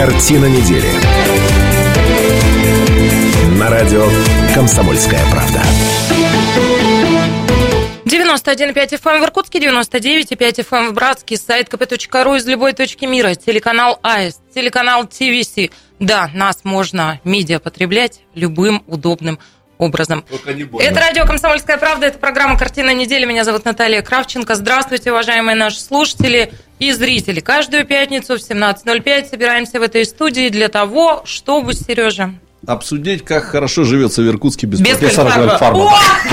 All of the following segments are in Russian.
Картина недели. На радио «Комсомольская правда». 91,5 FM в Иркутске, 99,5 FM в Братске, сайт kp.ru из любой точки мира, телеканал АИС, телеканал ТВС. Да, нас можно медиа потреблять любым удобным образом. Это радио «Комсомольская правда», это программа «Картина недели». Меня зовут Наталья Кравченко. Здравствуйте, уважаемые наши слушатели и зрители. Каждую пятницу в 17:05 собираемся в этой студии для того, чтобы, Сережа... обсудить, как хорошо живется в Иркутске без профессора Гольфарба.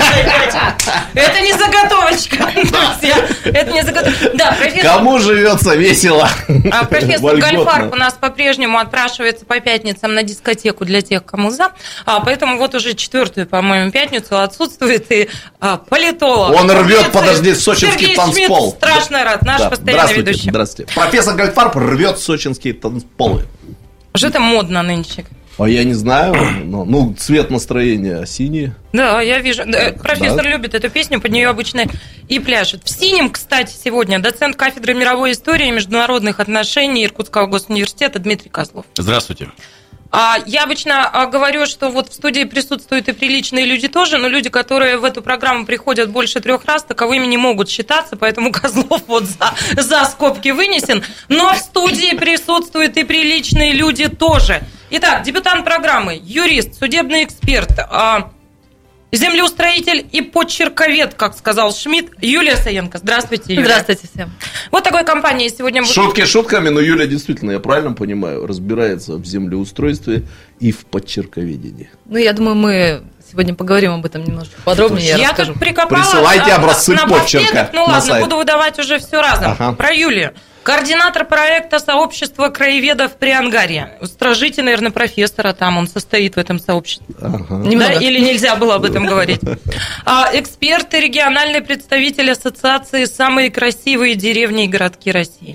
Это не заготовочка, друзья. Это не заготовочка. Да, профессор... Кому живется весело? Профессор Гольфарб у нас по-прежнему отпрашивается по пятницам на дискотеку для тех, кому за. Поэтому вот уже 4-ю, по-моему, пятницу отсутствует и политолог. Он рвет, подожди, сочинский танцпол. Сергей Шмидт, страшно рад, наш постоянный ведущий. Здравствуйте. Профессор Гольфарб рвет сочинские танцполы. Что это модно нынче? А я не знаю, но цвет настроения синий. Да, я вижу. Профессор любит эту песню, под нее обычно и пляшет. В синем, кстати, сегодня доцент кафедры мировой истории и международных отношений Иркутского госуниверситета Дмитрий Козлов. Здравствуйте. Я обычно говорю, что вот в студии присутствуют и приличные люди тоже, но люди, которые в эту программу приходят больше 3 раз, таковыми не могут считаться, поэтому Козлов вот за скобки вынесен. Но в студии присутствуют и приличные люди тоже. Итак, дебютант программы, юрист, судебный эксперт, землеустроитель и почерковед, как сказал Шмидт, Юлия Саенко. Здравствуйте, Юлия. Здравствуйте всем. Вот такой компанией сегодня будет... Шутки шутками, но Юлия действительно, я правильно понимаю, разбирается в землеустройстве и в почерковедении. Ну, я думаю, мы сегодня поговорим об этом немножко подробнее. Я тут прикопала. Присылайте образцы почерка. Ну ладно, буду выдавать уже все разом. Ага. Про Юлию. Координатор проекта сообщества краеведов при Ангаре. Стражите, наверное, профессора там, он состоит в этом сообществе. Ага. Да? Или нельзя было об этом говорить? Эксперт и региональный представитель ассоциации «Самые красивые деревни и городки России».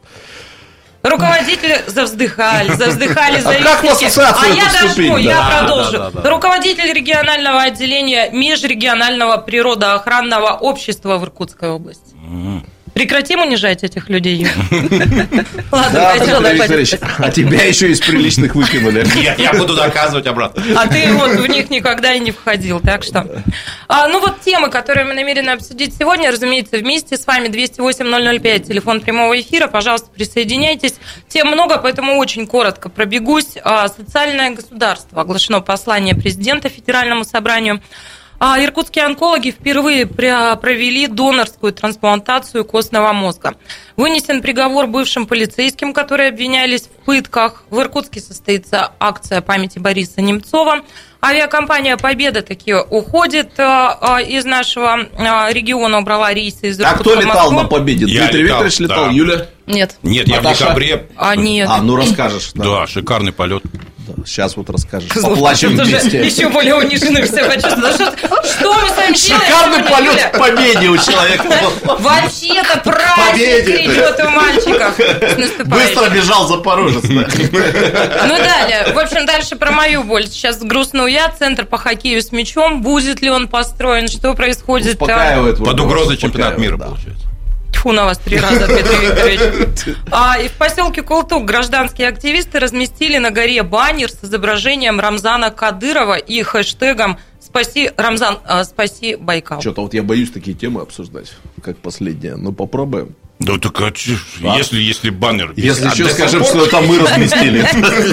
Руководитель завздыхали завистники. Я дожму, я продолжу. Руководитель регионального отделения Межрегионального природоохранного общества в Иркутской области. Прекратим унижать этих людей. Ладно, да, Дмитрий Викторович, а тебя еще из приличных выкинули. Я буду доказывать обратно. А ты вот в них никогда и не входил, так что... Ну вот темы, которые мы намерены обсудить сегодня, разумеется, вместе с вами. 208-005, телефон прямого эфира, пожалуйста, присоединяйтесь. Тем много, поэтому очень коротко пробегусь. Социальное государство. Оглашено послание президента Федеральному собранию. Иркутские онкологи впервые провели донорскую трансплантацию костного мозга. Вынесен приговор бывшим полицейским, которые обвинялись в пытках. В Иркутске состоится акция памяти Бориса Немцова. Авиакомпания «Победа» таки уходит из нашего региона, убрала рейсы из Иркутска. А кто летал на «Победе»? Дмитрий Викторович летал, да. Юля? Нет. Нет, я в декабре. Нет. Ну расскажешь. Да, шикарный полет. Сейчас вот расскажешь. Поплачем вместе. Еще более униженным себя почувствовал. Что мы с вами делаем? Шикарный полет к победе у человека. Вообще-то праздник идет у мальчиков. Быстро бежал запорожец. Ну далее. В общем, дальше про мою боль. Сейчас грустную я. Центр по хоккею с мячом. Будет ли он построен? Что происходит? Успокаивает. Под угрозой чемпионат мира, получается. Тьфу на вас 3 раза, Дмитрий Викторович. И в поселке Култук гражданские активисты разместили на горе баннер с изображением Рамзана Кадырова и хэштегом «Спаси Рамзан, спаси Байкал». Что-то вот я боюсь такие темы обсуждать, как последняя. Ну, попробуем. Да так если баннер... Если что, скажем, что это мы разместили.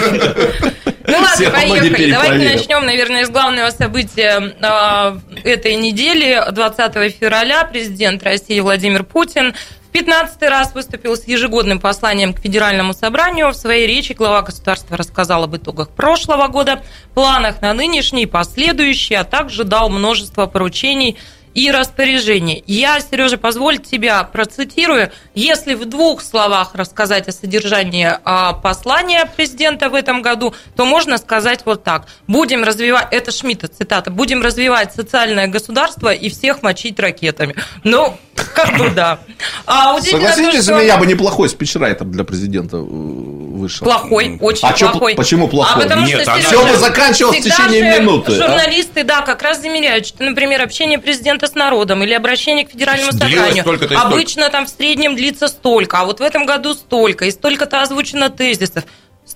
Ну ладно, поехали. Давайте начнем, наверное, с главного события этой недели. 20 февраля президент России Владимир Путин в 15-й раз выступил с ежегодным посланием к Федеральному собранию. В своей речи глава государства рассказал об итогах прошлого года, планах на нынешний и последующий, а также дал множество поручений и распоряжений. Я, Сережа, позволь тебя процитирую. Если в 2 словах рассказать о содержании послания президента в этом году, то можно сказать вот так. Будем развивать, это Шмидта цитата, будем развивать социальное государство и всех мочить ракетами. Ну, как бы да. Согласитесь, что... я бы неплохой спичрайтер для президента вышел. Плохой, очень плохой. Почему плохой? Потому что, Сережа, все бы заканчивалось в течение минуты. Журналисты, да, как раз замеряют, что, например, общение президента с народом или обращение к Федеральному собранию обычно там в среднем длится столько, а вот в этом году столько, и столько-то озвучено тезисов.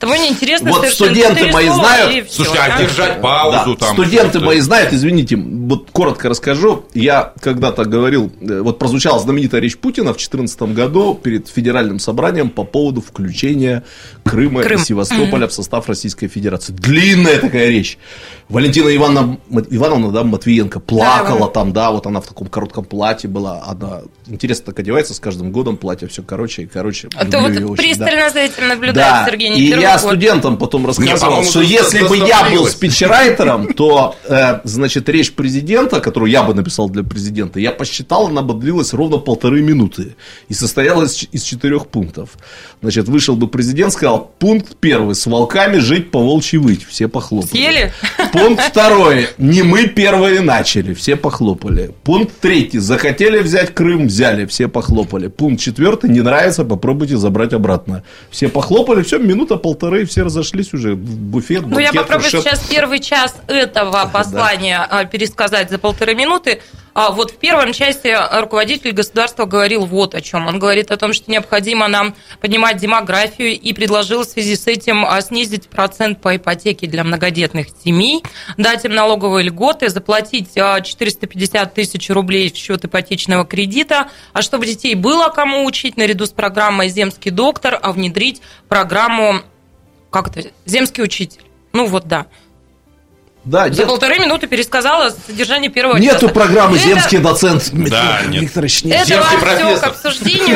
Тобой неинтересно вот студенты мои знают. Слушай, а держать паузу там. Студенты мои знают, извините, вот коротко расскажу. Я когда-то говорил, вот прозвучала знаменитая речь Путина в 2014 году перед федеральным собранием по поводу включения Крыма и Севастополя в состав Российской Федерации. Длинная такая речь. Валентина Ивановна, да, Матвиенко плакала там, да, вот она в таком коротком платье была. Она, интересно, так одевается с каждым годом, платье все короче и короче. А то вот очень, пристально за этим наблюдает Сергей не и первый я год. Студентам потом рассказывал, что если бы я был спичрайтером, то, значит, речь президента, которую я бы написал для президента, я посчитал, она бы длилась ровно 1,5 минуты и состояла из 4 пунктов. Значит, вышел бы президент, сказал: пункт 1: с волками жить, по волчьи выть. Все похлопали. Съели? Пункт 2: не мы первые начали. Все похлопали. Пункт 3: захотели взять Крым, взяли. Все похлопали. Пункт 4: не нравится, попробуйте забрать обратно. Все похлопали. Все, минута, полторы, все разошлись уже в буфет. Ну, я попробую сейчас первый час этого послания пересказать за 1,5 минуты. Вот в первом части руководитель государства говорил вот о чем. Он говорит о том, что необходимо нам поднимать демографию, и предложил в связи с этим снизить процент по ипотеке для многодетных семей, дать им налоговые льготы, заплатить 450 тысяч рублей в счет ипотечного кредита, а чтобы детей было кому учить, наряду с программой «Земский доктор», внедрить программу, как это, «Земский учитель». Ну вот, да. Да, за 1,5 минуты пересказала содержание первого часа. Нету программы «Земский доцент». Да, нет. Викторович, нет. Это все к обсуждению.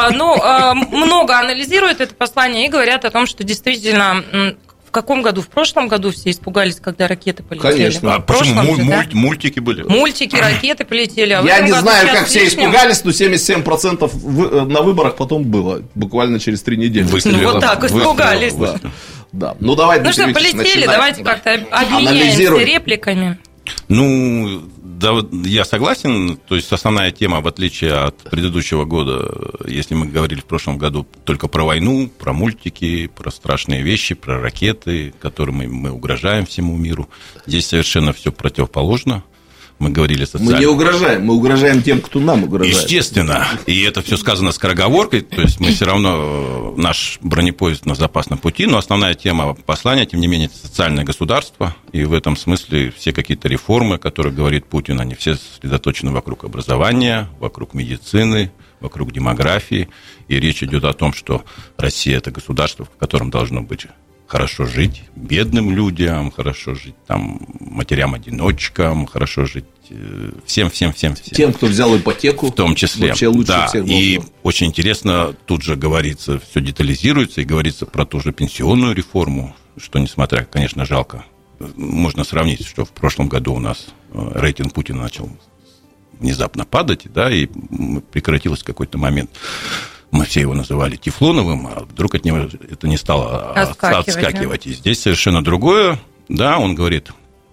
Много анализируют это послание и говорят о том, что действительно... В каком году? В прошлом году все испугались, когда ракеты полетели. Конечно. А почему мультики были? Мультики, ракеты полетели. Я не знаю, как все испугались, но 77% на выборах потом было. Буквально через 3 недели. Вот так испугались. Да. Ну, давайте. Ну что, полетели, давайте как-то обменяемся репликами. Ну, да, я согласен. То есть основная тема, в отличие от предыдущего года, если мы говорили в прошлом году только про войну, про мультики, про страшные вещи, про ракеты, которыми мы угрожаем всему миру, здесь совершенно все противоположно. Мы говорили социально. Мы не угрожаем, мы угрожаем тем, кто нам угрожает. Естественно. И это все сказано скороговоркой, то есть мы все равно, наш бронепоезд на запасном пути, но основная тема послания, тем не менее, это социальное государство, и в этом смысле все какие-то реформы, которые говорит Путин, они все сосредоточены вокруг образования, вокруг медицины, вокруг демографии, и речь идет о том, что Россия – это государство, в котором должно быть хорошо жить бедным людям, хорошо жить там матерям-одиночкам, хорошо жить всем. Тем, кто взял ипотеку. В том числе. Вообще лучше да, всех и должно. очень интересно, тут же говорится, все детализируется, и говорится про ту же пенсионную реформу, что, несмотря, конечно, жалко, можно сравнить, что в прошлом году у нас рейтинг Путина начал внезапно падать, да, и прекратился какой-то момент. Мы все его называли Тефлоновым, а вдруг от него это не стало отскакивать. И здесь совершенно другое. Да, он говорит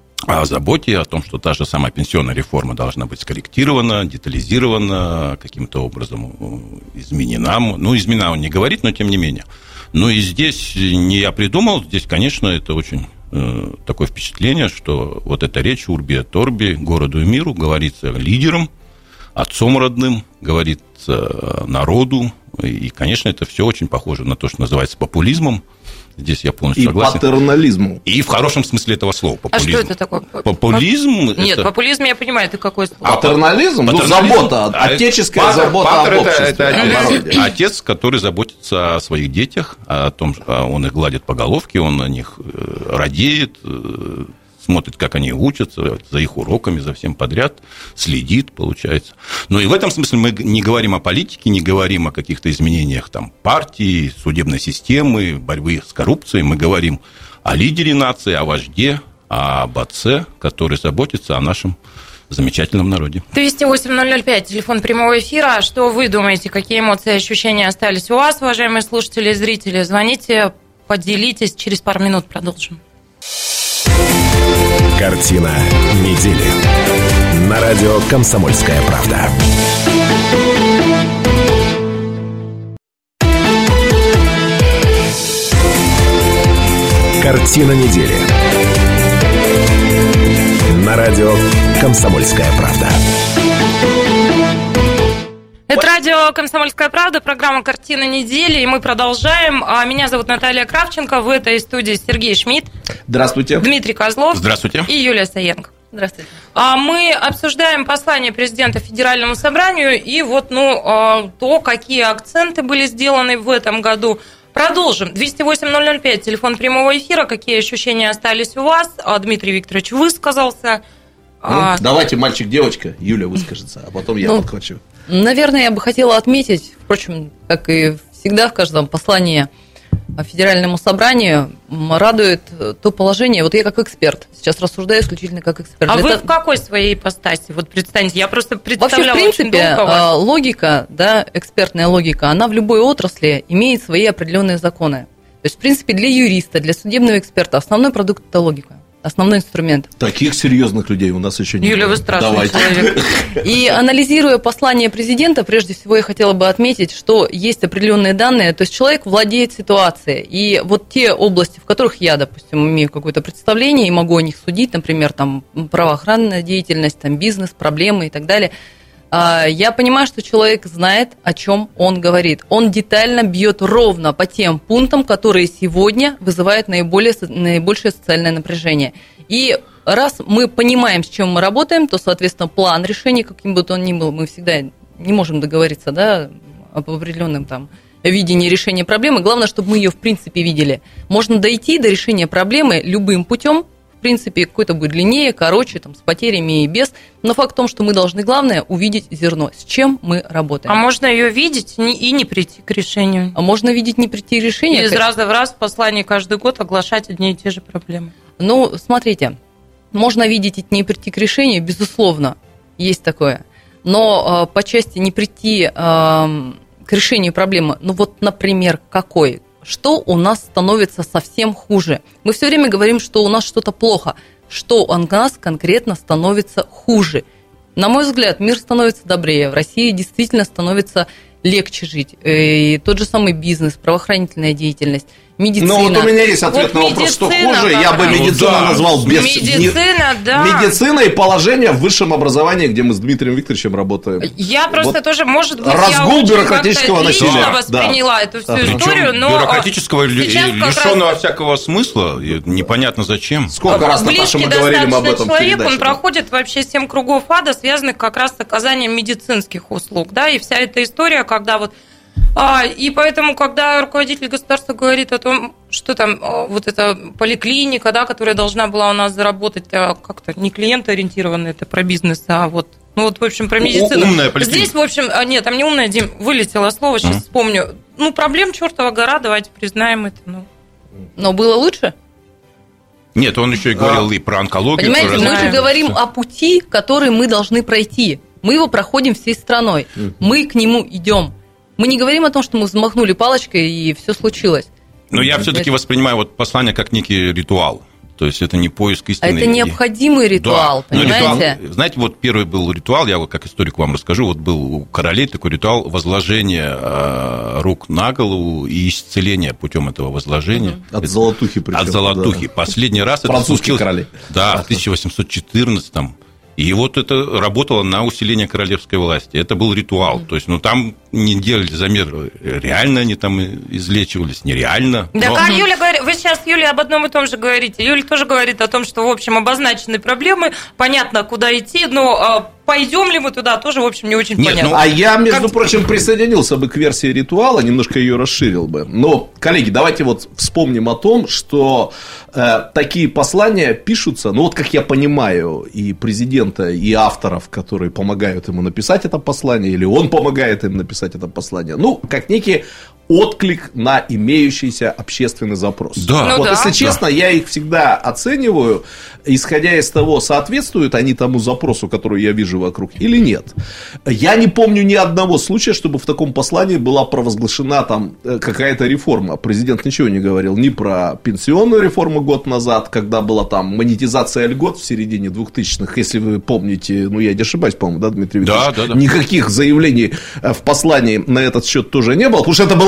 о заботе, о том, что та же самая пенсионная реформа должна быть скорректирована, детализирована, каким-то образом изменена. Ну, изменена он не говорит, но тем не менее. Ну, и здесь не я придумал, здесь, конечно, это очень такое впечатление, что вот эта речь «Урби et Orbi», городу и миру, говорится лидерам, отцом родным, говорится народу. И, конечно, это все очень похоже на то, что называется популизмом. Здесь я полностью согласен. И патернализмом. И в хорошем смысле этого слова. Популизм. А что это такое? Популизм? Нет, популизм я понимаю, это какое слово? Патернализм? Ну, забота, отеческая забота об обществе. Это отец, который заботится о своих детях, о том, что он их гладит по головке, он о них радеет, смотрит, как они учатся, за их уроками, за всем подряд, следит, получается. Но и в этом смысле мы не говорим о политике, не говорим о каких-то изменениях там, партии, судебной системы, борьбы с коррупцией. Мы говорим о лидере нации, о вожде, об отце, который заботится о нашем замечательном народе. 208-005, телефон прямого эфира. Что вы думаете, какие эмоции и ощущения остались у вас, уважаемые слушатели и зрители? Звоните, поделитесь, через пару минут продолжим. Картина недели. На радио «Комсомольская правда». Картина недели. На радио «Комсомольская правда». Это радио «Комсомольская правда», программа «Картина недели», и мы продолжаем. Меня зовут Наталья Кравченко, в этой студии Сергей Шмидт. Здравствуйте. Дмитрий Козлов. Здравствуйте. И Юлия Саенко. Здравствуйте. Мы обсуждаем послание президента Федеральному собранию и вот, то, какие акценты были сделаны в этом году. Продолжим. 208-005, телефон прямого эфира. Какие ощущения остались у вас? Дмитрий Викторович высказался. Давайте мальчик-девочка, Юля выскажется, а потом я подхвачу. Наверное, я бы хотела отметить, впрочем, как и всегда в каждом послании Федеральному собранию, радует то положение, вот я как эксперт, сейчас рассуждаю исключительно как эксперт. Вы в какой своей ипостаси? Вот представьте, я просто представляла. Вообще, в принципе, логика, экспертная логика, она в любой отрасли имеет свои определенные законы. То есть, в принципе, для юриста, для судебного эксперта основной продукт – это логика. Основной инструмент. Таких серьезных людей у нас еще не было. Юля, вы страшный человек. И анализируя послание президента, прежде всего я хотела бы отметить, что есть определенные данные, то есть человек владеет ситуацией. И вот те области, в которых я, допустим, имею какое-то представление и могу о них судить, например, там правоохранная деятельность, там бизнес, проблемы и так далее, я понимаю, что человек знает, о чем он говорит. Он детально бьет ровно по тем пунктам, которые сегодня вызывают наибольшее социальное напряжение. И раз мы понимаем, с чем мы работаем, то, соответственно, план решения, каким бы то он ни был, мы всегда не можем договориться, об определенном там видении решения проблемы. Главное, чтобы мы ее в принципе видели. Можно дойти до решения проблемы любым путем. В принципе, какой-то будет длиннее, короче, с потерями и без. Но факт в том, что мы должны, главное, увидеть зерно, с чем мы работаем. А можно ее видеть и не прийти к решению? А можно видеть, не прийти к решению? И из раза в раз в послании каждый год оглашать одни и те же проблемы. Смотрите, можно видеть и не прийти к решению, безусловно, есть такое. Но по части не прийти к решению проблемы, например, какой? Что у нас становится совсем хуже? Мы все время говорим, что у нас что-то плохо. Что у нас конкретно становится хуже? На мой взгляд, мир становится добрее. В России действительно становится легче жить. И тот же самый бизнес, правоохранительная деятельность, медицина. У меня есть ответ на вопрос, что хуже. Я бы медицину назвал медицина и положение в высшем образовании, где мы с Дмитрием Викторовичем работаем. Я просто тоже, может быть, разгул бюрократического насилия. Лично восприняла эту всю историю, но бюрократического и лишенного всякого смысла, непонятно зачем. Сколько раз, Наташа, мы говорили об этом в передаче. Он проходит вообще 7 кругов ада, связанных как раз с оказанием медицинских услуг, и вся эта история, когда и поэтому, когда руководитель государства говорит о том, что там вот эта поликлиника, которая должна была у нас заработать как-то не клиентоориентированно, это про бизнес, в общем, про медицину. Умная поликлиника. Здесь, в общем, нет, там не умная, Дим, вылетело слово, сейчас вспомню. Проблем чертова гора, давайте признаем это. Но было лучше? Нет, он еще и говорил и про онкологию. Понимаете, мы же говорим о пути, который мы должны пройти. Мы его проходим всей страной. Мы к нему идем. Мы не говорим о том, что мы взмахнули палочкой и все случилось. Но я все-таки воспринимаю послание как некий ритуал. То есть это не поиск истины. А это необходимый ритуал, понимаете? Ритуал, знаете, первый был ритуал, я как историк вам расскажу, был у королей такой ритуал возложения рук на голову и исцеления путем этого возложения. От золотухи причем. От золотухи. Последний раз это французские короли. Да, в 1814-м. И это работало на усиление королевской власти. Это был ритуал. То есть, там не делали замер, реально они там излечивались, нереально. Юля говорит, вы сейчас, Юля, об одном и том же говорите. Юля тоже говорит о том, что, в общем, обозначены проблемы, понятно, куда идти, но пойдем ли мы туда, тоже, в общем, не очень понятно. А я, между прочим, присоединился бы к версии ритуала, немножко ее расширил бы. Но, коллеги, давайте вспомним о том, что такие послания пишутся, как я понимаю, и президента, и авторов, которые помогают ему написать это послание, или он помогает им написать это послание, как некий отклик на имеющийся общественный запрос. Да. Если честно, я их всегда оцениваю, исходя из того, соответствуют они тому запросу, который я вижу вокруг, или нет. Я не помню ни одного случая, чтобы в таком послании была провозглашена какая-то реформа. Президент ничего не говорил ни про пенсионную реформу год назад, когда была монетизация льгот в середине 2000-х, если вы помните, я не ошибаюсь, по-моему, Дмитрий Викторович? Да. Никаких заявлений в послании на этот счет тоже не было, потому что это была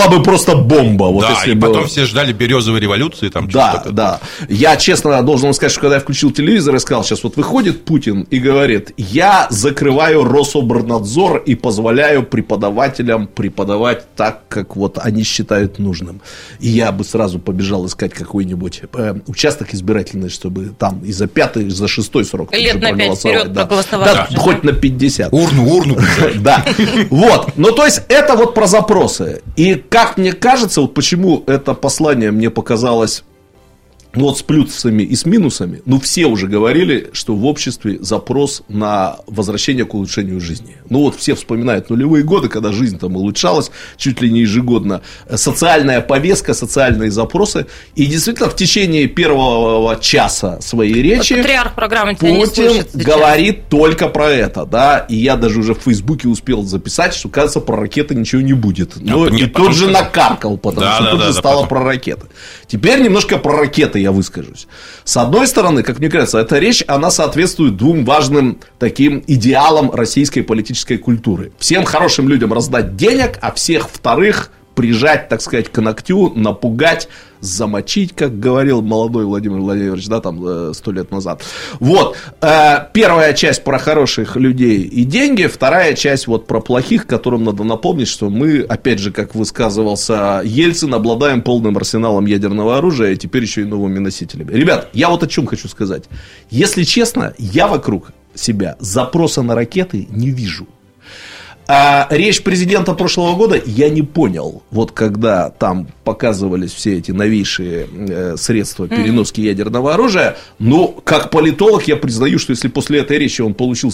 была бы просто бомба. Вот да, если и бы... потом все ждали березовой революции. Там Да. Я честно должен сказать, что когда я включил телевизор и сказал, сейчас вот выходит Путин и говорит, я закрываю Рособорнадзор и позволяю преподавателям преподавать так, как вот они считают нужным. И я бы сразу побежал искать какой-нибудь участок избирательный, чтобы там и за 5-й, и за 6-й срок лет на 5 вперед проголосовать. Да, хоть на 50. Урну. Да. Вот. Ну, то есть, это вот про запросы. И как мне кажется, вот почему это послание мне показалось, ну, вот с плюсами и с минусами, ну, все уже говорили, что в обществе запрос на возвращение к улучшению жизни. Ну, вот все вспоминают нулевые годы, когда жизнь там улучшалась чуть ли не ежегодно. Социальная повестка, социальные запросы. И действительно, в течение первого часа своей речи патриарх программы тебя не Путин слышит сейчас. говорит только про это, да. И я даже уже в Фейсбуке успел записать, что, кажется, про ракеты ничего не будет. Ну, и тут же накаркал, потому что тут же стало про ракеты. Теперь немножко про ракеты я выскажусь. С одной стороны, как мне кажется, эта речь, она соответствует двум важным таким идеалам российской политической культуры. Всем хорошим людям раздать денег, а всех вторых прижать, так сказать, к ногтю, напугать, замочить, как говорил молодой Владимир Владимирович, да, там 100 лет назад. Вот. Первая часть про хороших людей и деньги, вторая часть вот про плохих, которым надо напомнить, что мы, опять же, как высказывался Ельцин, обладаем полным арсеналом ядерного оружия и теперь еще и новыми носителями. Ребят, я вот о чем хочу сказать. Если честно, я вокруг себя запроса на ракеты не вижу. Речь президента прошлого года я не понял. Вот когда там показывались все эти новейшие средства переноски ядерного оружия, но как политолог я признаю, что если после этой речи он получил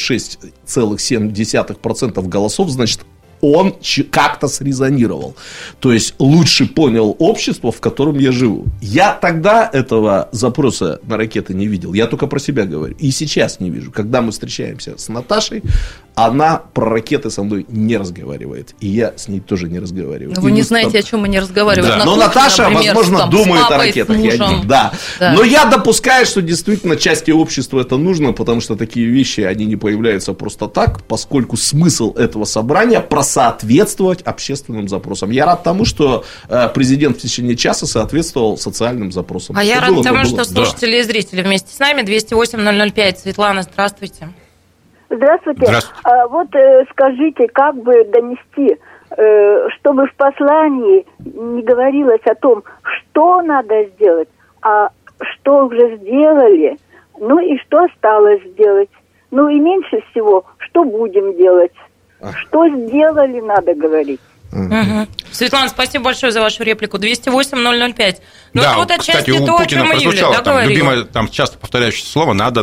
76,7% голосов, значит, он как-то срезонировал. То есть лучше понял общество, в котором я живу. Я тогда этого запроса на ракеты не видел. Я только про себя говорю. И сейчас не вижу. Когда мы встречаемся с Наташей, она про ракеты со мной не разговаривает. И я с ней тоже не разговариваю. Но вы не знаете, о чем они разговаривают. Да. На Но кухне, Наташа, например, возможно, там, думает с папой, о ракетах. с мужем. Да. Да. Но я допускаю, что действительно части общества это нужно, потому что такие вещи, они не появляются просто так, поскольку смысл этого собрания просоответствовать общественным запросам. Я рад тому, что президент в течение часа соответствовал социальным запросам. А я рад тому, что слушатели и зрители вместе с нами. 208-005. Светлана, здравствуйте. Здравствуйте. Вот скажите, как бы донести, чтобы в послании не говорилось о том, что надо сделать, а что уже сделали, ну и что осталось сделать. Ну и меньше всего, что будем делать. Что сделали, надо говорить. Угу. Светлана, спасибо большое за вашу реплику. 208-005. Ну, да, вот кстати, у то, Путина прозвучало там говорила. любимое, там часто повторяющееся слово «надо».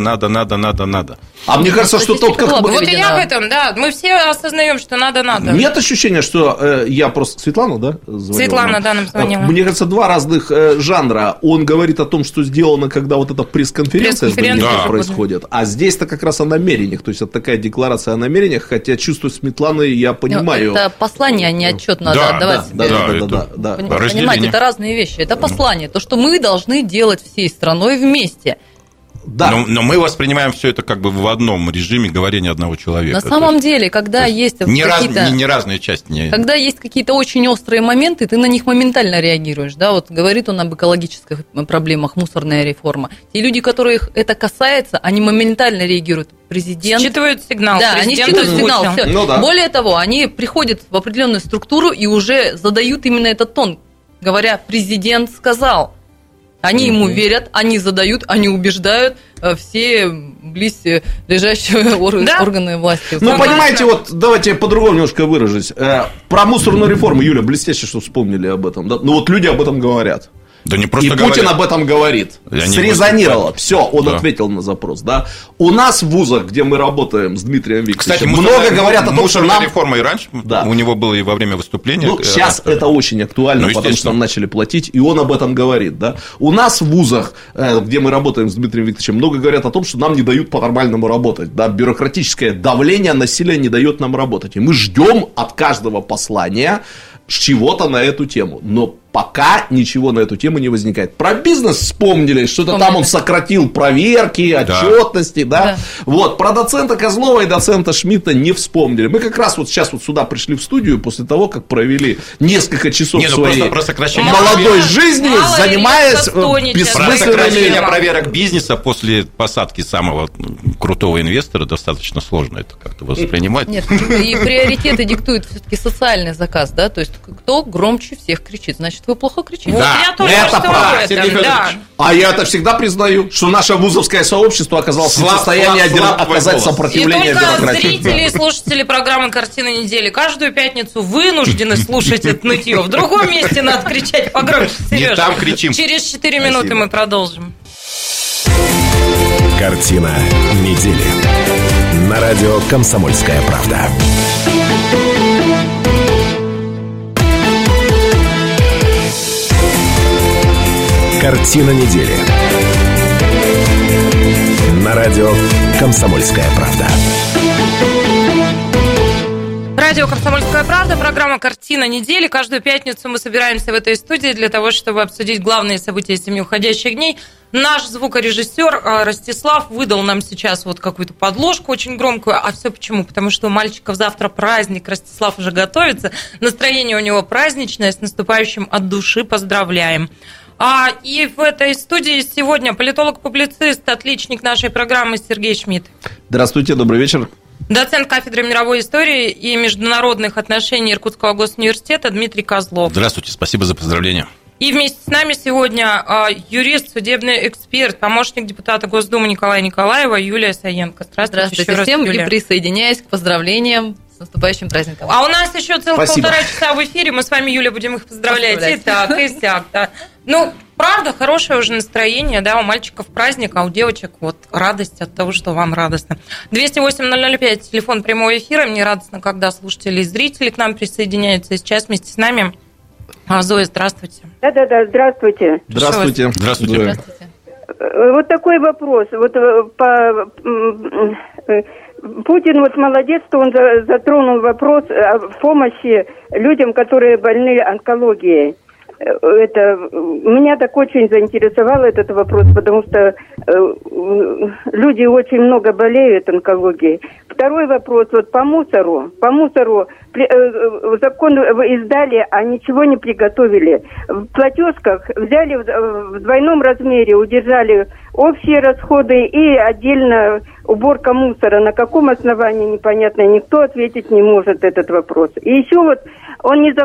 А мне кажется, что тот как бы... Вот и я об этом, да. Мы все осознаем, что надо. Нет ощущения, что я просто... Светлана, да? Звонила Светлана, да, нам звонила. Мне кажется, два разных жанра. Он говорит о том, что сделано, когда вот эта пресс-конференция происходит. А здесь-то как раз о намерениях. То есть, это такая декларация о намерениях. Хотя чувство Светланы я понимаю. Это послание, а не отчет надо отдавать. Да. Понимаете, это разные вещи. Это послание. То, что мы должны делать всей страной вместе. Да. Но мы воспринимаем все это как бы в одном режиме говорения одного человека. На самом деле, когда есть какие-то... Не разные части. Когда есть какие-то очень острые моменты, ты на них моментально реагируешь. Да? Вот говорит он об экологических проблемах, мусорная реформа. Те люди, которых это касается, они моментально реагируют. Президент... Считывают сигнал. Да, они считывают сигнал. Все. Ну, да. Более того, они приходят в определенную структуру и уже задают именно этот тон. Говоря, президент сказал... Они ему верят, они задают, они убеждают все близлежащие органы власти. Ну, понимаете, вот давайте я по-другому немножко выражусь. Про мусорную реформу, Юля, блестяще, что вспомнили об этом. Да? Ну, вот люди об этом говорят. Да не просто и говорят. Путин об этом говорит. Срезонировало. Все, он ответил на запрос. Да? У нас в вузах, где мы работаем с Дмитрием Викторовичем, много говорят о том, что нам... реформа и раньше, у него было и во время выступления. Ну, сейчас это очень актуально, потому что нам начали платить, и он об этом говорит. Да? У нас в вузах, где мы работаем с Дмитрием Викторовичем, много говорят о том, что нам не дают по-нормальному работать. Да? Бюрократическое давление, насилие не дает нам работать. И мы ждем от каждого послания чего-то на эту тему. Но Пока ничего на эту тему не возникает. Про бизнес вспомнили, что-то там он сократил проверки, отчетности, да. Вот, про доцента Козлова и доцента Шмидта не вспомнили. Мы как раз вот сейчас вот сюда пришли в студию после того, как провели несколько часов своей молодой жизни, занимаясь бессмысленными... Сокращение проверок бизнеса после посадки самого крутого инвестора достаточно сложно это как-то воспринимать. Нет, и приоритеты диктует все-таки социальный заказ, да, то есть кто громче всех кричит, значит, вы плохо кричите. Да, это правда, Сергей Федорович. А я это всегда признаю, что наше вузовское сообщество оказалось в состоянии оказать сопротивление бюрократии. И только зрители и слушатели программы «Картина недели» каждую пятницу вынуждены слушать это нытье. В другом месте надо кричать погромче, Сережа. Не там кричим. Через 4 минуты мы продолжим. Картина недели. На радио «Комсомольская правда». Картина недели. На радио «Комсомольская правда». Радио «Комсомольская правда», программа «Картина недели». Каждую пятницу мы собираемся в этой студии для того, чтобы обсудить главные события 7 уходящих дней. Наш звукорежиссер Ростислав выдал нам сейчас вот какую-то подложку очень громкую. А все почему? Потому что у мальчиков завтра праздник. Ростислав уже готовится. Настроение у него праздничное. С наступающим от души поздравляем. И в этой студии сегодня политолог-публицист, отличник нашей программы Сергей Шмидт. Здравствуйте, добрый вечер. Доцент кафедры мировой истории и международных отношений Иркутского госуниверситета Дмитрий Козлов. Здравствуйте, спасибо за поздравления. И вместе с нами сегодня юрист, судебный эксперт, помощник депутата Госдумы Николая Николаева Юлия Саенко. Здравствуйте всем, Юлия. И присоединяюсь к поздравлениям с наступающим праздником. А у нас еще целых полтора часа в эфире, мы с вами, Юля, будем их поздравлять. И так, и сяк, да. Ну, правда, хорошее уже настроение, да, у мальчиков праздник, а у девочек вот радость от того, что вам радостно. 208-005, телефон прямого эфира, мне радостно, когда слушатели и зрители к нам присоединяются. И сейчас вместе с нами Зоя, здравствуйте. Да-да-да, здравствуйте. Здравствуйте. Здравствуйте. Вот такой вопрос. Вот Путин вот молодец, что он затронул вопрос о помощи людям, которые больны онкологией. Меня так очень заинтересовал этот вопрос, потому что люди очень много болеют онкологией. Второй вопрос, вот по мусору закон издали, а ничего не приготовили. В платежках взяли в двойном размере, удержали общие расходы и отдельно уборка мусора. На каком основании, непонятно, никто ответить не может этот вопрос. И еще вот он не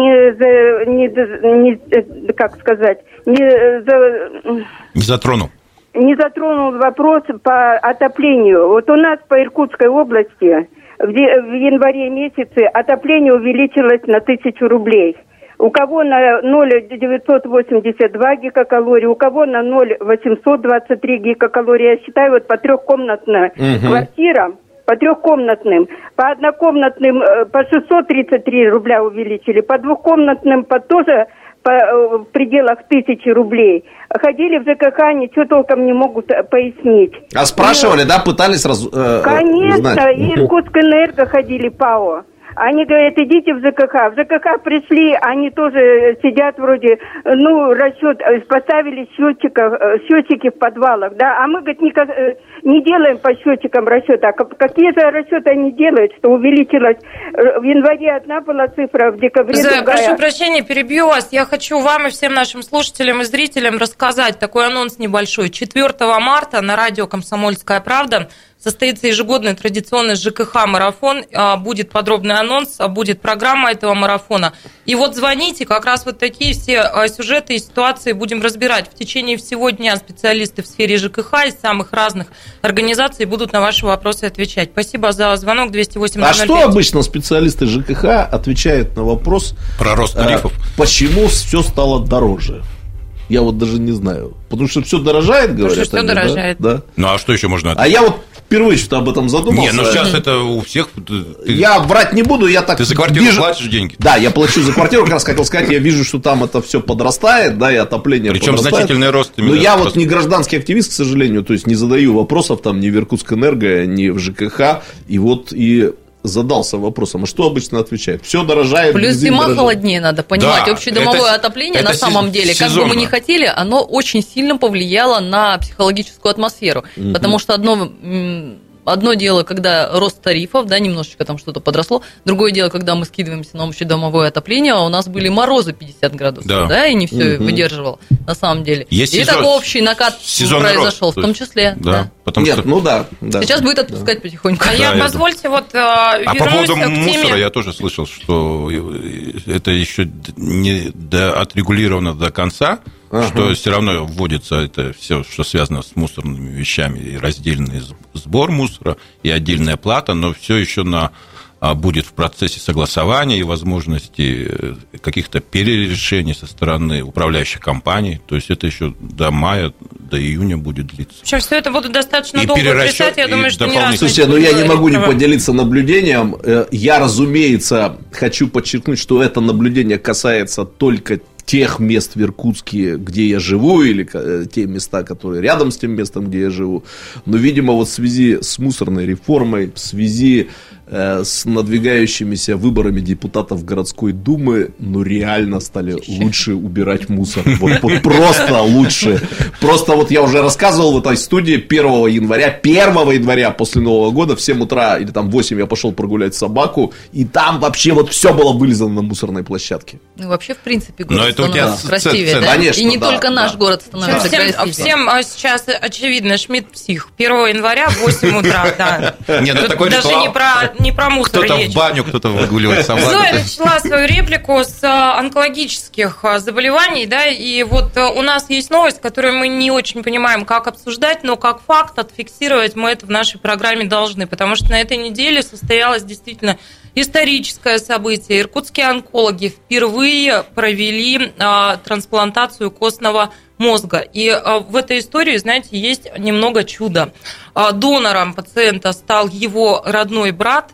затронул вопрос по отоплению. Вот у нас по Иркутской области в январе месяце отопление увеличилось на 1000 рублей. У кого на 0,982 гигакалорий, у кого на 0,823 гигакалорий. Я считаю, вот по трехкомнатным квартирам, по трехкомнатным, по однокомнатным по 633 рубля увеличили, по двухкомнатным тоже в пределах 1000 рублей. Ходили в ЖКХ, ничего толком не могут пояснить. А спрашивали, да, пытались конечно, узнать? И Иркутскэнерго ходили, ПАО. Они говорят, идите в ЖКХ. В ЖКХ пришли, они тоже сидят вроде, расчет, поставили счетчики в подвалах, да, а мы, говорит, не делаем по счетчикам расчета. Какие же расчеты они делают, что увеличилось в январе одна была цифра, в декабре другая. Прошу прощения, перебью вас. Я хочу вам и всем нашим слушателям и зрителям рассказать такой анонс небольшой. 4 марта на радио «Комсомольская правда» состоится ежегодный традиционный ЖКХ-марафон. Будет подробный анонс, будет программа этого марафона. И вот звоните, как раз вот такие все сюжеты и ситуации будем разбирать. В течение всего дня специалисты в сфере ЖКХ из самых разных организаций будут на ваши вопросы отвечать. Спасибо за звонок. 208-005. А что обычно специалисты ЖКХ отвечают на вопрос про рост тарифов? Почему все стало дороже? Я вот даже не знаю. Потому что все дорожает, говорят. Потому что все дорожает. Да? Ну, а что еще можно ответить? А я вот впервые что-то об этом задумался. Не, сейчас это у всех... Я врать не буду, я так... Ты за квартиру платишь деньги? Да, я плачу за квартиру, как раз хотел сказать, я вижу, что там это все подрастает, да, и отопление причем подрастает. Значительный рост. Но я вот не гражданский активист, к сожалению, то есть не задаю вопросов там ни в Иркутскэнерго, ни в ЖКХ, и вот и задался вопросом, а что обычно отвечают? Все дорожает. Плюс зима холоднее, надо понимать. Да, общедомовое отопление на самом деле, как бы мы ни хотели, оно очень сильно повлияло на психологическую атмосферу. Потому что одно дело, когда рост тарифов, да, немножечко там что-то подросло. Другое дело, когда мы скидываемся на общедомовое отопление, а у нас были морозы 50 градусов, да, и не все выдерживало, на самом деле. Есть и такой общий накат произошел, в том числе. Да. Потому Нет, что... да. Сейчас будет отпускать потихоньку. Позвольте вот вернусь по поводу мусора я тоже слышал, что это еще не отрегулировано до конца, что все равно вводится это все, что связано с мусорными вещами, и раздельный сбор мусора, и отдельная плата, но все еще будет в процессе согласования и возможности каких-то перерешений со стороны управляющих компаний. То есть это еще до мая, до июня будет длиться. В общем, все это будет достаточно долго писать, я думаю, что не раз. Слушайте, я не могу не поделиться наблюдением. Я, разумеется, хочу подчеркнуть, что это наблюдение касается только тех мест в Иркутске, где я живу, или те места, которые рядом с тем местом, где я живу. Но, видимо, вот в связи с мусорной реформой, в связи с надвигающимися выборами депутатов городской думы, реально стали лучше убирать мусор. Вот просто лучше. Просто вот я уже рассказывал в этой студии 1 января после Нового года в 7 утра или там в 8 я пошел прогулять собаку, и там вообще вот все было вылизано на мусорной площадке. Вообще, в принципе, город становится красивее, да? Конечно, и не только наш город становится красивее. Всем сейчас очевидно, Шмидт псих. 1 января в 8 утра, да. Даже не про мусор кто-то речь. В баню, кто-то выгуливает собаку. Зоя начала свою реплику с онкологических заболеваний, да, и вот у нас есть новость, которую мы не очень понимаем, как обсуждать, но как факт отфиксировать мы это в нашей программе должны, потому что на этой неделе состоялось действительно историческое событие. Иркутские онкологи впервые провели трансплантацию костного мозга. И в этой истории, знаете, есть немного чуда. Донором пациента стал его родной брат.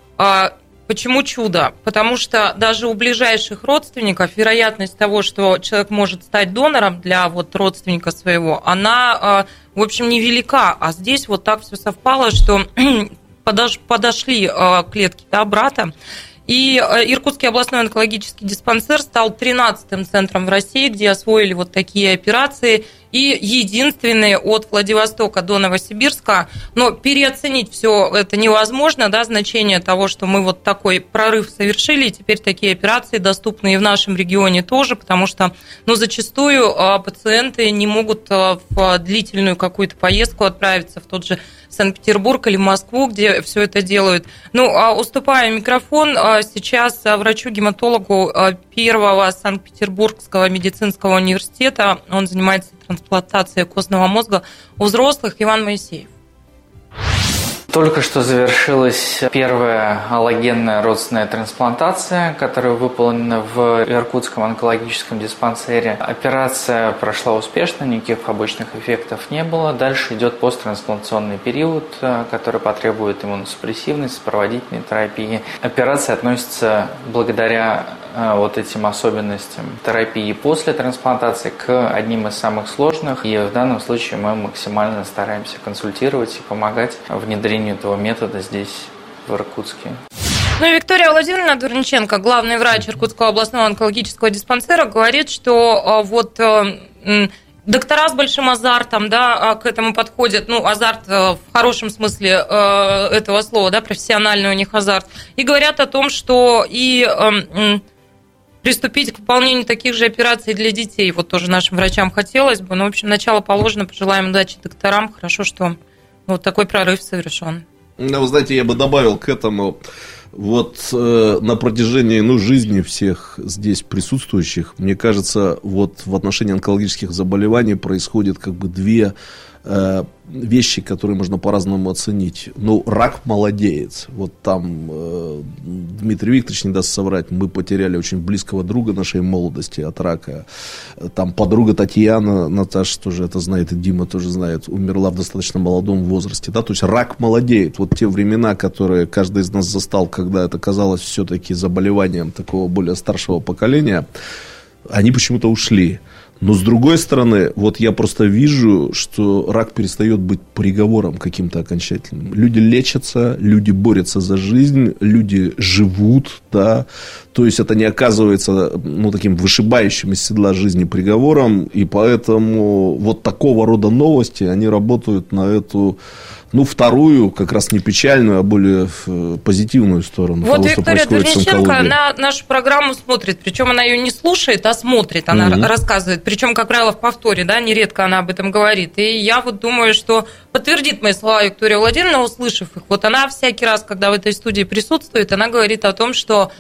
Почему чудо? Потому что даже у ближайших родственников вероятность того, что человек может стать донором для вот родственника своего, она, в общем, невелика. А здесь вот так все совпало, что подошли клетки, да, брата. И Иркутский областной онкологический диспансер стал 13-м центром в России, где освоили вот такие операции. И единственный от Владивостока до Новосибирска. Но переоценить все это невозможно, да, значение того, что мы вот такой прорыв совершили, и теперь такие операции доступны и в нашем регионе тоже, потому что, зачастую пациенты не могут в длительную какую-то поездку отправиться в тот же Санкт-Петербург или Москву, где все это делают. Уступая микрофон сейчас врачу-гематологу первого Санкт-Петербургского медицинского университета, он занимается трансплантацией костного мозга у взрослых, Иван Моисеев. Только что завершилась первая аллогенная родственная трансплантация, которая выполнена в Иркутском онкологическом диспансере. Операция прошла успешно, никаких побочных эффектов не было. Дальше идет посттрансплантационный период, который потребует иммуносупрессивной, сопроводительной терапии. Операция относится благодаря вот этим особенностям терапии после трансплантации к одним из самых сложных. И в данном случае мы максимально стараемся консультировать и помогать внедрению этого метода здесь, в Иркутске. Виктория Владимировна Дворниченко, главный врач Иркутского областного онкологического диспансера, говорит, что доктора с большим азартом, да, к этому подходят, азарт в хорошем смысле этого слова, да, профессиональный у них азарт, и говорят о том, что и приступить к выполнению таких же операций для детей. Вот тоже нашим врачам хотелось бы. В общем, начало положено. Пожелаем удачи докторам. Хорошо, что вот такой прорыв совершен. Вы знаете, я бы добавил к этому, на протяжении жизни всех здесь присутствующих, мне кажется, в отношении онкологических заболеваний происходят две вещи, которые можно по-разному оценить. Рак молодеет. Дмитрий Викторович не даст соврать, мы потеряли очень близкого друга нашей молодости от рака. Там подруга Татьяна, Наташа тоже это знает, и Дима тоже знает, умерла в достаточно молодом возрасте. Да? То есть рак молодеет. Те времена, которые каждый из нас застал, когда это казалось все-таки заболеванием такого более старшего поколения, они почему-то ушли. Но, с другой стороны, вот я просто вижу, что рак перестает быть приговором каким-то окончательным. Люди лечатся, люди борются за жизнь, люди живут, да. То есть, это не оказывается, ну, таким вышибающим из седла жизни приговором. И поэтому вот такого рода новости, они работают на эту... Ну, вторую, как раз не печальную, а более позитивную сторону вот того, что происходит с онкологией. Вот Виктория Дорниченко, она нашу программу смотрит, причем она ее не слушает, а смотрит, она рассказывает, причем, как правило, в повторе, да, нередко она об этом говорит. И я вот думаю, что подтвердит мои слова Виктория Владимировна, услышав их. Вот она всякий раз, когда в этой студии присутствует, она говорит о том, что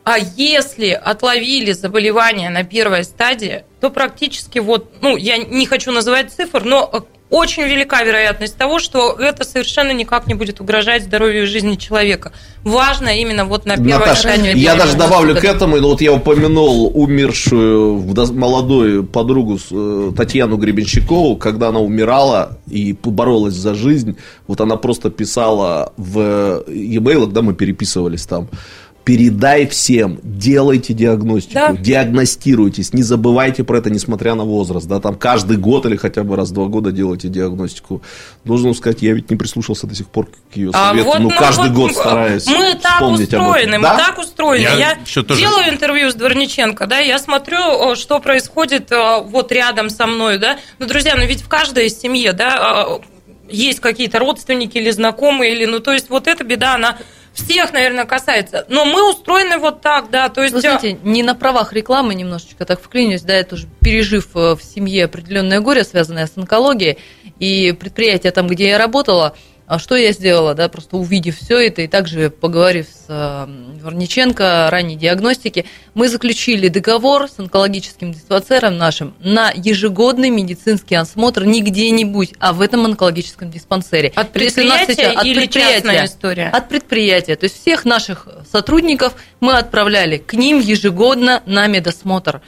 если отловили заболевание на первой стадии, то практически вот, ну, я не хочу называть цифр, но очень велика вероятность того, что это совершенно никак не будет угрожать здоровью и жизни человека. Важно именно вот на первой стадии. Я даже добавлю к этому, вот я упомянул умершую молодую подругу Татьяну Гребенщикову, когда она умирала и боролась за жизнь, вот она просто писала в e-mail, когда мы переписывались там: передай всем, делайте диагностику, да. Диагностируйтесь, не забывайте про это, несмотря на возраст, да, там каждый год или хотя бы раз в 2 года делайте диагностику. Должен сказать, я ведь не прислушался до сих пор к ее совету, вот, каждый год стараюсь вспомнить об этом. Мы так устроены, я делаю интервью с Дорниченко, да, я смотрю, что происходит вот рядом со мной, да, ну, друзья, ну, ведь в каждой семье, да, есть какие-то родственники или знакомые, или, ну, то есть, вот эта беда, она всех, наверное, касается. Но мы устроены вот так, да. То есть... Вы знаете, не на правах рекламы немножечко так вклинюсь, да, я тоже, пережив в семье определенное горе, связанное с онкологией, и предприятие там, где я работала, что я сделала, да, просто увидев все это и также поговорив с Дорниченко о ранней диагностике, мы заключили договор с онкологическим диспансером нашим на ежегодный медицинский осмотр не где-нибудь, а в этом онкологическом диспансере. От предприятия или частная история? От предприятия. То есть всех наших сотрудников мы отправляли к ним ежегодно на медосмотр.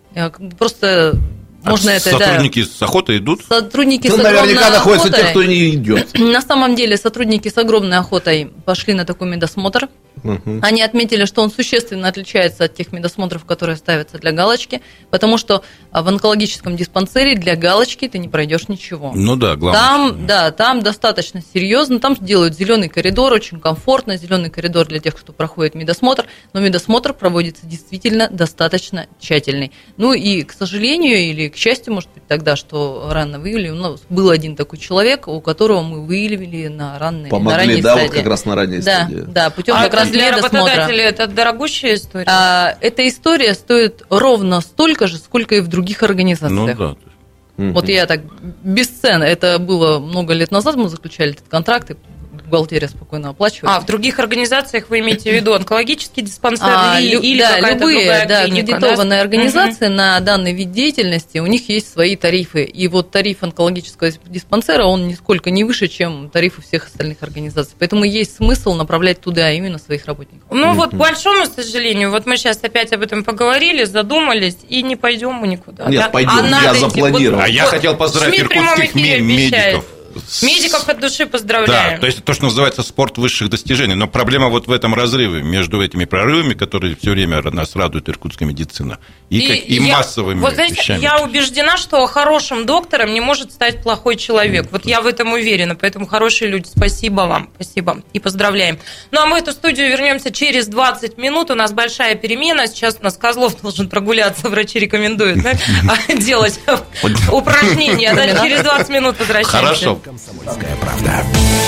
Просто... Можно это, сотрудники с охотой идут? Сотрудники с огромной наверняка находятся те, кто не идет. На самом деле сотрудники с огромной охотой пошли на такой медосмотр. Они отметили, что он существенно отличается от тех медосмотров, которые ставятся для галочки, потому что в онкологическом диспансере для галочки ты не пройдешь ничего. Ну да, главное. Там достаточно серьезно, там делают зеленый коридор, очень комфортно, зеленый коридор для тех, кто проходит медосмотр, но медосмотр проводится действительно достаточно тщательный. Ну и, к сожалению, или к счастью, может быть, тогда, что рано выявили, у нас был один такой человек, у которого мы выявили на ранней стадии. Помогли, да, вот как раз на ранней стадии. Да, путем как раз для работодателей это дорогущая история? Эта история стоит ровно столько же, сколько и в других организациях. Ну да. Вот я так без цен, это было много лет назад, мы заключали этот контракт, и бухгалтерия спокойно оплачивает. В других организациях вы имеете в виду онкологический диспансер или какая-то любые, другая клиника? Аккредитованные организации на данный вид деятельности, у них есть свои тарифы. И вот тариф онкологического диспансера, он нисколько не выше, чем тарифы всех остальных организаций. Поэтому есть смысл направлять туда именно своих работников. Ну вот, к большому сожалению, вот мы сейчас опять об этом поговорили, задумались, и не пойдем мы никуда. Нет, пойдем, я запланировал. Я хотел поздравить иркутских медиков. Медиков от души поздравляем. Да, то есть то, что называется спорт высших достижений. Но проблема вот в этом разрыве между этими прорывами, которые все время нас радует иркутская медицина, и массовыми вещами. Я убеждена, что хорошим доктором не может стать плохой человек. Вот я в этом уверена. Поэтому, хорошие люди, спасибо вам. Спасибо. И поздравляем. Ну, а мы в эту студию вернемся через 20 минут. У нас большая перемена. Сейчас у нас Козлов должен прогуляться. Врачи рекомендуют делать упражнения. Через 20 минут возвращаемся. Хорошо. «Комсомольская правда».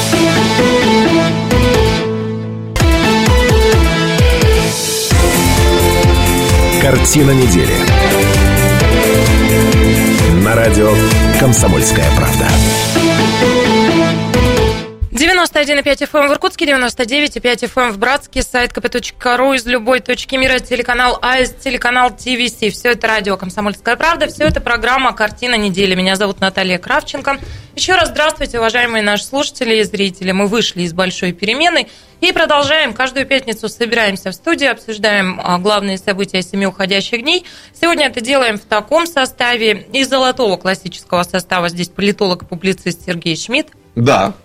Картина недели. На радио «Комсомольская правда». 91,5 FM в Иркутске, 99,5 FM в Братске, сайт kp.ru из любой точки мира, телеканал АИС, телеканал ТВС. Все это радио «Комсомольская правда», все это программа «Картина недели». Меня зовут Наталья Кравченко. Еще раз здравствуйте, уважаемые наши слушатели и зрители. Мы вышли из большой перемены и продолжаем. Каждую пятницу собираемся в студии, обсуждаем главные события 7 уходящих дней. Сегодня это делаем в таком составе. Из золотого классического состава здесь политолог и публицист Сергей Шмидт. Да.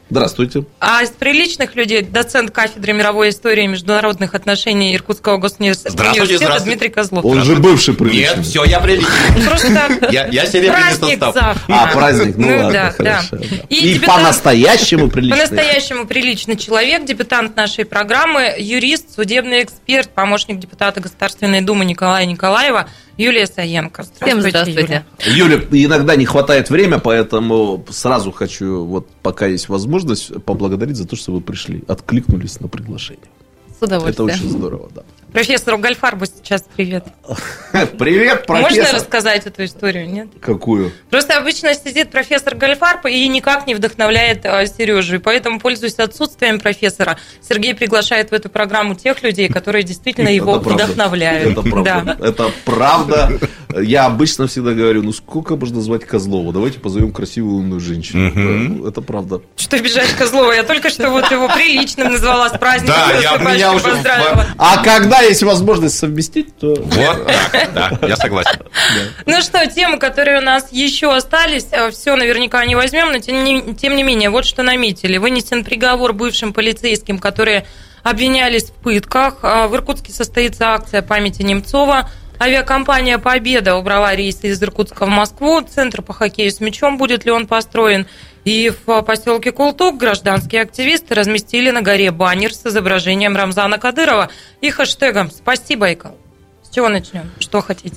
Здравствуйте. А из приличных людей доцент кафедры мировой истории и международных отношений Иркутского госуниверситета Дмитрий Козлов. Он же бывший приличный. Нет, все, я приличный. Просто я серебряный состав. Праздник, ну ладно, хорошо. И по-настоящему приличный. По-настоящему приличный человек, дебютант нашей программы, юрист, судебный эксперт, помощник депутата Государственной Думы Николая Николаева, Юлия Саенко. Всем здравствуйте. Юля, иногда не хватает времени, поэтому сразу хочу, вот пока есть возможность, поблагодарить за то, что вы пришли, откликнулись на приглашение. С удовольствием. Это очень здорово, да. Профессору Гальфарбу сейчас привет. Привет, профессор. Можно рассказать эту историю, нет? Какую? Просто обычно сидит профессор Гальфарб и никак не вдохновляет Сережу. И поэтому, пользуясь отсутствием профессора, Сергей приглашает в эту программу тех людей, которые действительно его вдохновляют. Это правда. Это правда. Я обычно всегда говорю, ну сколько можно звать Козлова? Давайте позовем красивую умную женщину. Это правда. Что обижать Козлова? Я только что вот его приличным назвала, с праздником. Да, меня уже поздравила. А когда есть возможность совместить, то... Вот так, да, я согласен. Ну что, темы, которые у нас еще остались, все наверняка не возьмем, но тем не менее, вот что наметили. Вынесен приговор бывшим полицейским, которые обвинялись в пытках. В Иркутске состоится акция памяти Немцова. Авиакомпания «Победа» убрала рейсы из Иркутска в Москву. Центр по хоккею с мячом, будет ли он построен. И в поселке Култук гражданские активисты разместили на горе баннер с изображением Рамзана Кадырова и хэштегом «Спаси Байкал». С чего начнем? Что хотите?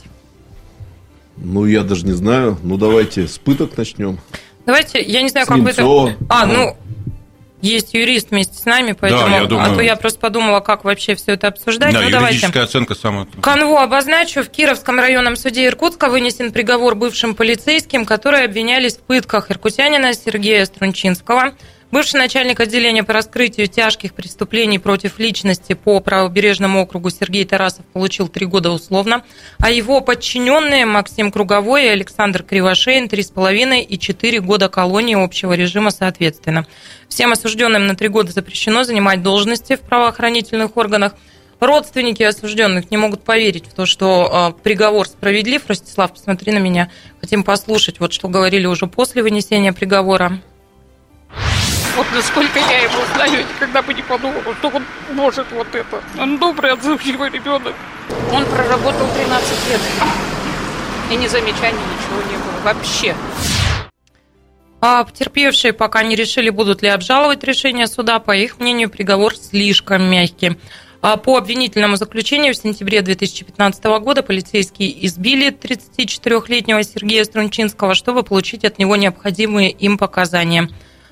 Ну, я даже не знаю. Ну, давайте с пыток начнем. Давайте, я не знаю, как вы это... Есть юрист вместе с нами, поэтому, да, думаю... а то я просто подумала, как вообще все это обсуждать. Да, ну, юридическая давайте. Оценка самая... Канву обозначу. В Кировском районном суде Иркутска вынесен приговор бывшим полицейским, которые обвинялись в пытках иркутянина Сергея Струнчинского. Бывший начальник отделения по раскрытию тяжких преступлений против личности по правобережному округу Сергей Тарасов получил 3 года условно, а его подчиненные Максим Круговой и Александр Кривошеин 3,5 и 4 года колонии общего режима соответственно. Всем осужденным на 3 года запрещено занимать должности в правоохранительных органах. Родственники осужденных не могут поверить в то, что приговор справедлив. Ростислав, посмотри на меня. Хотим послушать, вот что говорили уже после вынесения приговора. Вот насколько я его знаю, никогда бы не подумала, что он может вот это. Он добрый, отзывчивый ребенок. Он проработал 13 лет. И ни замечаний, ничего не было вообще. А потерпевшие пока не решили, будут ли обжаловать решение суда. По их мнению, приговор слишком мягкий. По обвинительному заключению в сентябре 2015 года полицейские избили 34-летнего Сергея Струнчинского, чтобы получить от него необходимые им показания.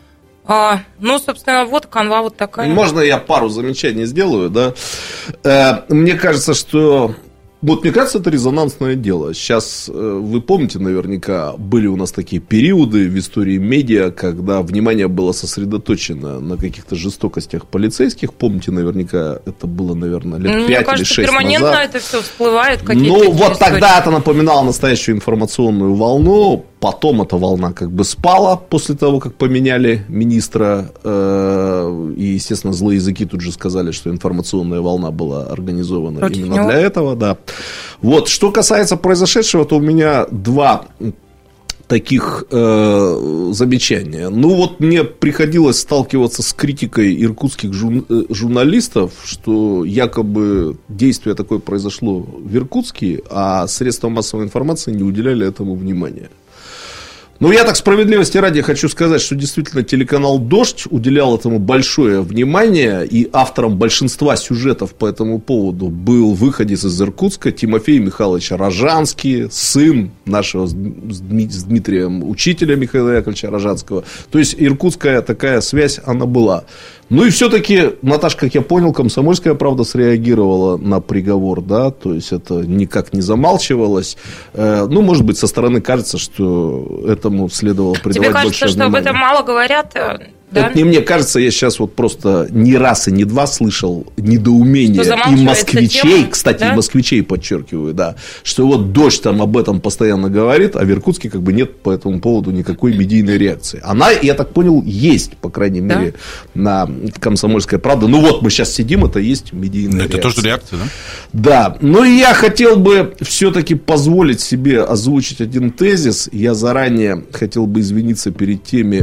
Ну, собственно, вот канва вот такая. Можно я пару замечаний сделаю, да? Мне кажется, что... Вот, мне кажется, это резонансное дело. Сейчас, вы помните, наверняка, были у нас такие периоды в истории медиа, когда внимание было сосредоточено на каких-то жестокостях полицейских. Помните, наверняка, это было, наверное, лет 5 или 6 назад. Мне кажется, перманентно это все всплывает. Ну, вот истории. Тогда это напоминало настоящую информационную волну. Потом эта волна как бы спала после того, как поменяли министра. И, естественно, злые языки тут же сказали, что информационная волна была организована против именно него. Для этого, да. Вот, что касается произошедшего, то у меня 2 таких замечания. Ну, вот мне приходилось сталкиваться с критикой иркутских журналистов, что якобы действие такое произошло в Иркутске, а средства массовой информации не уделяли этому внимания. Ну, я так справедливости ради хочу сказать, что действительно телеканал «Дождь» уделял этому большое внимание, и автором большинства сюжетов по этому поводу был выходец из Иркутска Тимофей Михайлович Рожанский, сын нашего с Дмитрием учителя Михаила Яковлевича Рожанского. То есть иркутская такая связь, она была. Ну и все-таки, Наташа, как я понял, «Комсомольская правда» среагировала на приговор, да, то есть это никак не замалчивалось. Ну, может быть, со стороны кажется, что этому следовало придавать больше внимания. Тебе кажется, что об этом мало говорят? Да? Это не мне кажется, я сейчас вот просто не раз и не два слышал недоумение и москвичей, тема, кстати, да? И москвичей, подчеркиваю, да, что вот «Дождь» там об этом постоянно говорит, а в Иркутске как бы нет по этому поводу никакой медийной реакции. Она, я так понял, есть, по крайней мере, на «Комсомольской правде». Ну вот мы сейчас сидим, это есть медийная реакция. Это тоже реакция, да? Да, но я хотел бы все-таки позволить себе озвучить один тезис. Я заранее хотел бы извиниться перед теми,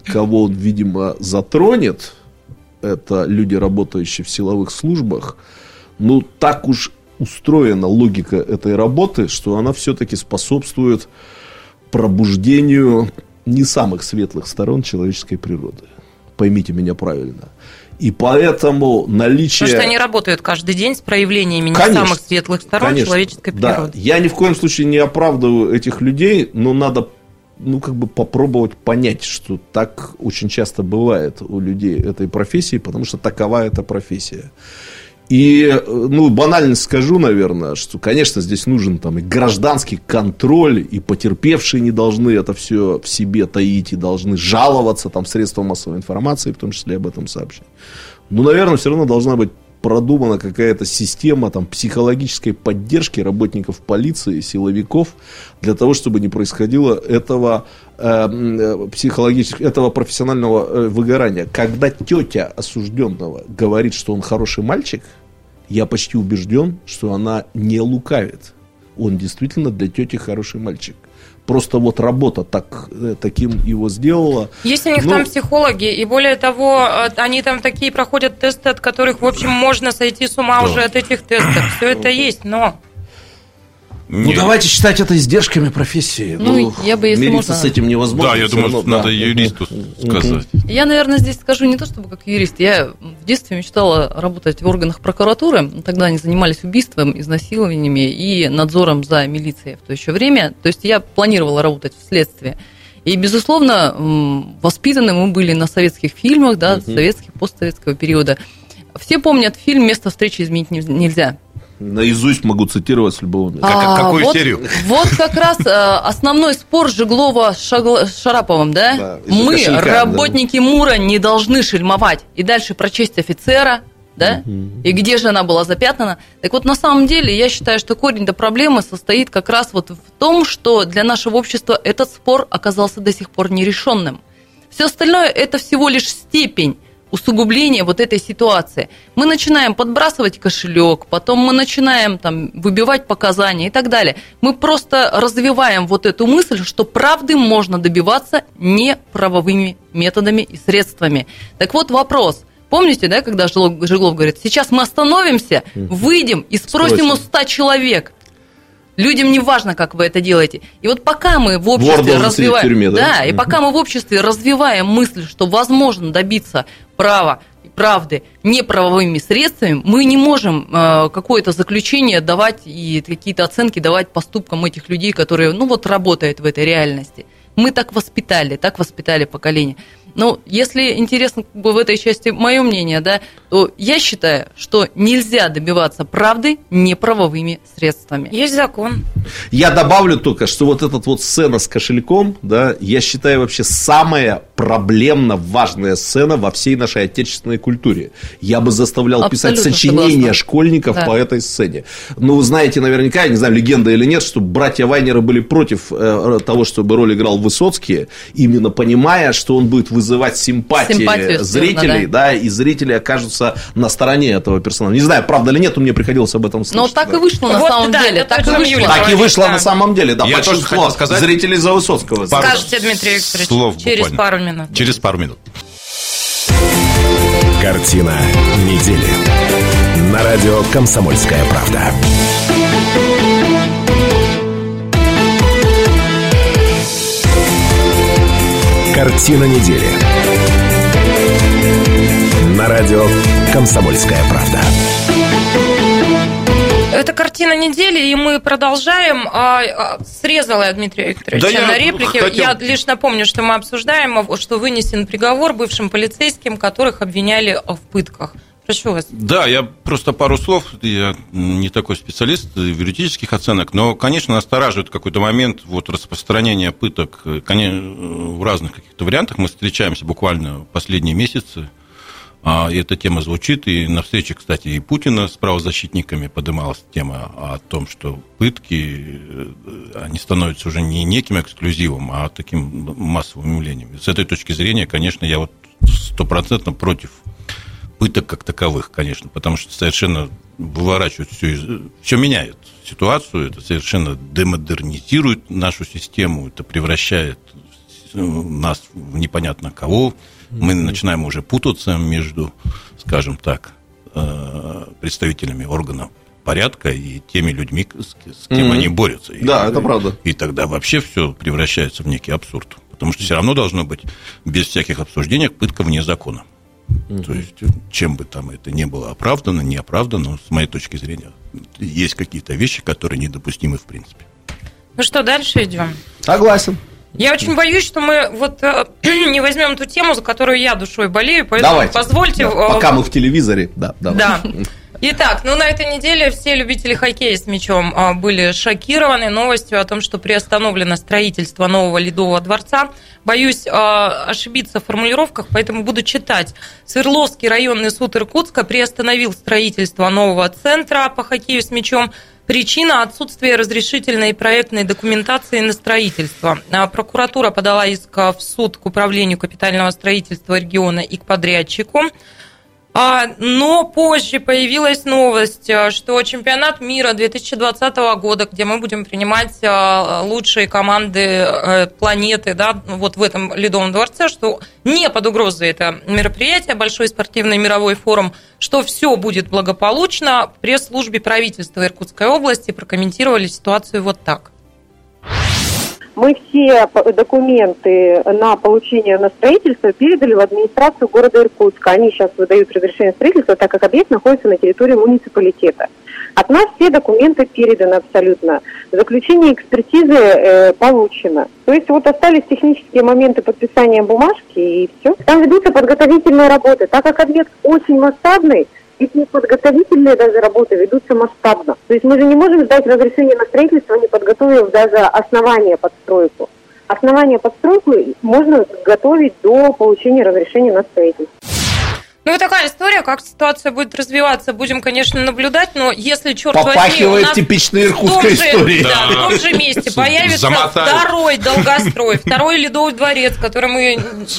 кого он, видимо, затронет, это люди, работающие в силовых службах, ну, так уж устроена логика этой работы, что она все-таки способствует пробуждению не самых светлых сторон человеческой природы. Поймите меня правильно. И поэтому наличие... Потому что они работают каждый день с проявлениями не самых светлых сторон человеческой природы. Да. Я ни в коем случае не оправдываю этих людей, но надо попробовать понять, что так очень часто бывает у людей этой профессии, потому что такова эта профессия. И, банально скажу, наверное, что, конечно, здесь нужен и гражданский контроль, и потерпевшие не должны это все в себе таить, и должны жаловаться средствам массовой информации, в том числе об этом сообщать. Но, наверное, все равно должна быть продумана какая-то система психологической поддержки работников полиции, силовиков, для того, чтобы не происходило этого профессионального выгорания. Когда тетя осужденного говорит, что он хороший мальчик, я почти убежден, что она не лукавит. Он действительно для тети хороший мальчик. Просто работа таким его сделала. Есть у них там психологи, и более того, они там такие проходят тесты, от которых, в общем, можно сойти с ума уже от этих тестов. Все это есть, но... давайте считать это издержками профессии. Я бы, если мириться можно... с этим невозможно. Да, я думаю, надо юристу сказать. Я, наверное, здесь скажу не то, чтобы как юрист. Я в детстве мечтала работать в органах прокуратуры. Тогда они занимались убийством, изнасилованиями и надзором за милицией в то еще время. То есть я планировала работать в следствии. И, безусловно, воспитаны мы были на советских фильмах, советских, постсоветского периода. Все помнят фильм «Место встречи изменить нельзя». Наизусть могу цитировать с любого места. Какую серию? Вот как раз основной спор Жеглова с Шараповым, да? Мы, работники МУРа, не должны шельмовать. И дальше про честь офицера, да? И где же она была запятнана? Так вот, на самом деле, я считаю, что корень этой проблемы состоит как раз в том, что для нашего общества этот спор оказался до сих пор нерешенным. Все остальное – это всего лишь степень усугубления этой ситуации. Мы начинаем подбрасывать кошелек, потом мы начинаем выбивать показания и так далее. Мы просто развиваем эту мысль, что правды можно добиваться неправовыми методами и средствами. Так вот вопрос. Помните, да, когда Жеглов говорит, сейчас мы остановимся, выйдем и спросим у 100 человек. Людям не важно, как вы это делаете. И пока мы в обществе развиваем... Тюрьме, да? И пока мы в обществе развиваем мысль, что возможно добиться права и правды неправовыми средствами, мы не можем какое-то заключение давать и какие-то оценки давать поступкам этих людей, которые, работают в этой реальности. Мы так воспитали поколение. Но если интересно в этой части мое мнение, да, то я считаю, что нельзя добиваться правды неправовыми средствами. Есть закон. Я добавлю только, что эта сцена с кошельком, да, я считаю вообще самая проблемно важная сцена во всей нашей отечественной культуре. Я бы заставлял писать сочинения школьников по этой сцене. Вы знаете наверняка, я не знаю, легенда или нет, что братья Вайнеры были против того, чтобы роль играл Высоцкий, именно понимая, что он будет вызывать симпатию зрителей, да, и зрители окажутся на стороне этого персонажа. Не знаю, правда или нет, мне приходилось об этом слышать. Но так и вышло на самом деле. Так и вышло на самом деле, да. Большинство зрителей за Высоцкого. Скажите, Дмитрий Викторович, через пару минут. Через пару минут. Картина недели. На радио «Комсомольская правда». Картина недели. На радио «Комсомольская правда». Это картина недели, и мы продолжаем. Срезала я Дмитрия Викторовича на реплике. Я лишь напомню, что мы обсуждаем, что вынесен приговор бывшим полицейским, которых обвиняли в пытках. Прошу вас. Да, я просто пару слов. Я не такой специалист в юридических оценок, но, конечно, настораживает какой-то момент распространения пыток в разных каких-то вариантах. Мы встречаемся буквально в последние месяцы. И эта тема звучит, и на встрече, кстати, и Путина с правозащитниками поднималась тема о том, что пытки, они становятся уже не неким эксклюзивом, а таким массовым явлением. С этой точки зрения, конечно, я 100% против пыток как таковых, конечно, потому что совершенно выворачивает все меняет ситуацию, это совершенно демодернизирует нашу систему, это превращает нас непонятно кого, мы начинаем уже путаться между, скажем так, представителями органов порядка и теми людьми, с кем они борются. Да, это правда. И тогда вообще все превращается в некий абсурд. Потому что все равно должно быть, без всяких обсуждений, пытка вне закона. То есть, чем бы там это ни было оправдано, не оправдано, с моей точки зрения, есть какие-то вещи, которые недопустимы в принципе. Ну что, дальше идем? Согласен. Я очень боюсь, что мы вот не возьмем ту тему, за которую я душой болею, поэтому давайте. Позвольте... Пока мы в телевизоре, да. Итак, на этой неделе все любители хоккея с мячом были шокированы новостью о том, что приостановлено строительство нового Ледового дворца. Боюсь ошибиться в формулировках, поэтому буду читать. Свердловский районный суд Иркутска приостановил строительство нового центра по хоккею с мячом. Причина – отсутствие разрешительной и проектной документации на строительство. Прокуратура подала иск в суд к управлению капитального строительства региона и к подрядчику. Но позже появилась новость, что чемпионат мира 2020 года, где мы будем принимать лучшие команды планеты, да, вот в этом Ледовом дворце, что не под угрозой это мероприятие, большой спортивный мировой форум, что все будет благополучно. В пресс-службе правительства Иркутской области прокомментировали ситуацию вот так. Мы все документы на получение на строительство передали в администрацию города Иркутска. Они сейчас выдают разрешение строительства, так как объект находится на территории муниципалитета. От нас все документы переданы абсолютно. Заключение экспертизы получено. То есть вот остались технические моменты подписания бумажки и все. Там ведутся подготовительные работы. Так как объект очень масштабный, эти подготовительные даже работы ведутся масштабно. То есть мы же не можем сдать разрешение на строительство, не подготовив даже основание под стройку. Основание под стройку можно готовить до получения разрешения на строительство. Ну, вот такая история, как ситуация будет развиваться, будем, конечно, наблюдать, но если, черт возьми, попахивает типичной иркутской историей. Да, в том же месте появится второй долгострой, второй Ледовый дворец, который мы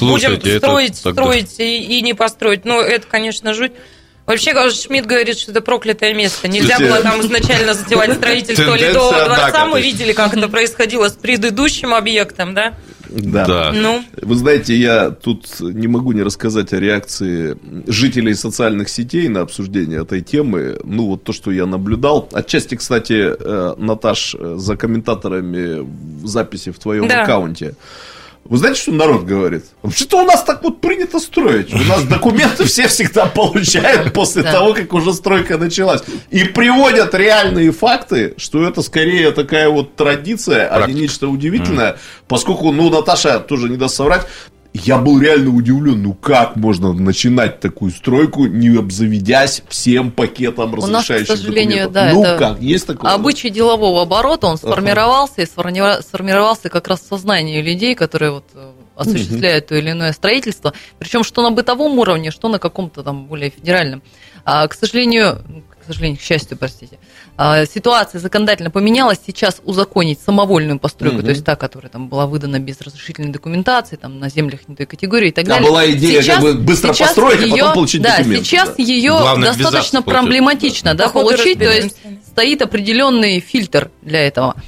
будем строить и не построить. Ну, это, конечно, жуть. Вообще, Шмидт говорит, что это проклятое место. Нельзя было там изначально затевать строительство Ледового дворца. Мы видели, как это происходило с предыдущим объектом, да? Да. Ну. Вы знаете, я тут не могу не рассказать о реакции жителей социальных сетей на обсуждение этой темы. Ну, вот то, что я наблюдал. Отчасти, кстати, Наташ, за комментаторами записи в твоем аккаунте. Вы знаете, что народ говорит? Вообще-то у нас так вот принято строить. У нас документы все всегда получают после того, как уже стройка началась. И приводят реальные факты, что это скорее такая вот традиция, а не нечто удивительное. Поскольку, Наташа тоже не даст соврать, я был реально удивлен, как можно начинать такую стройку, не обзаведясь всем пакетом разрешающих документов. У нас, к сожалению, да, есть такое? Обычай делового оборота, он сформировался, и сформировался как раз в сознании людей, которые вот осуществляют то или иное строительство, причем что на бытовом уровне, что на каком-то там более федеральном. К сожалению, к счастью, простите, ситуация законодательно поменялась. Сейчас узаконить самовольную постройку, то есть та, которая там была выдана без разрешительной документации, там на землях не той категории и так далее. Была идея как бы быстро построить, а потом получить документы. Сейчас ее достаточно проблематично получить, то есть стоит определенный фильтр для этого.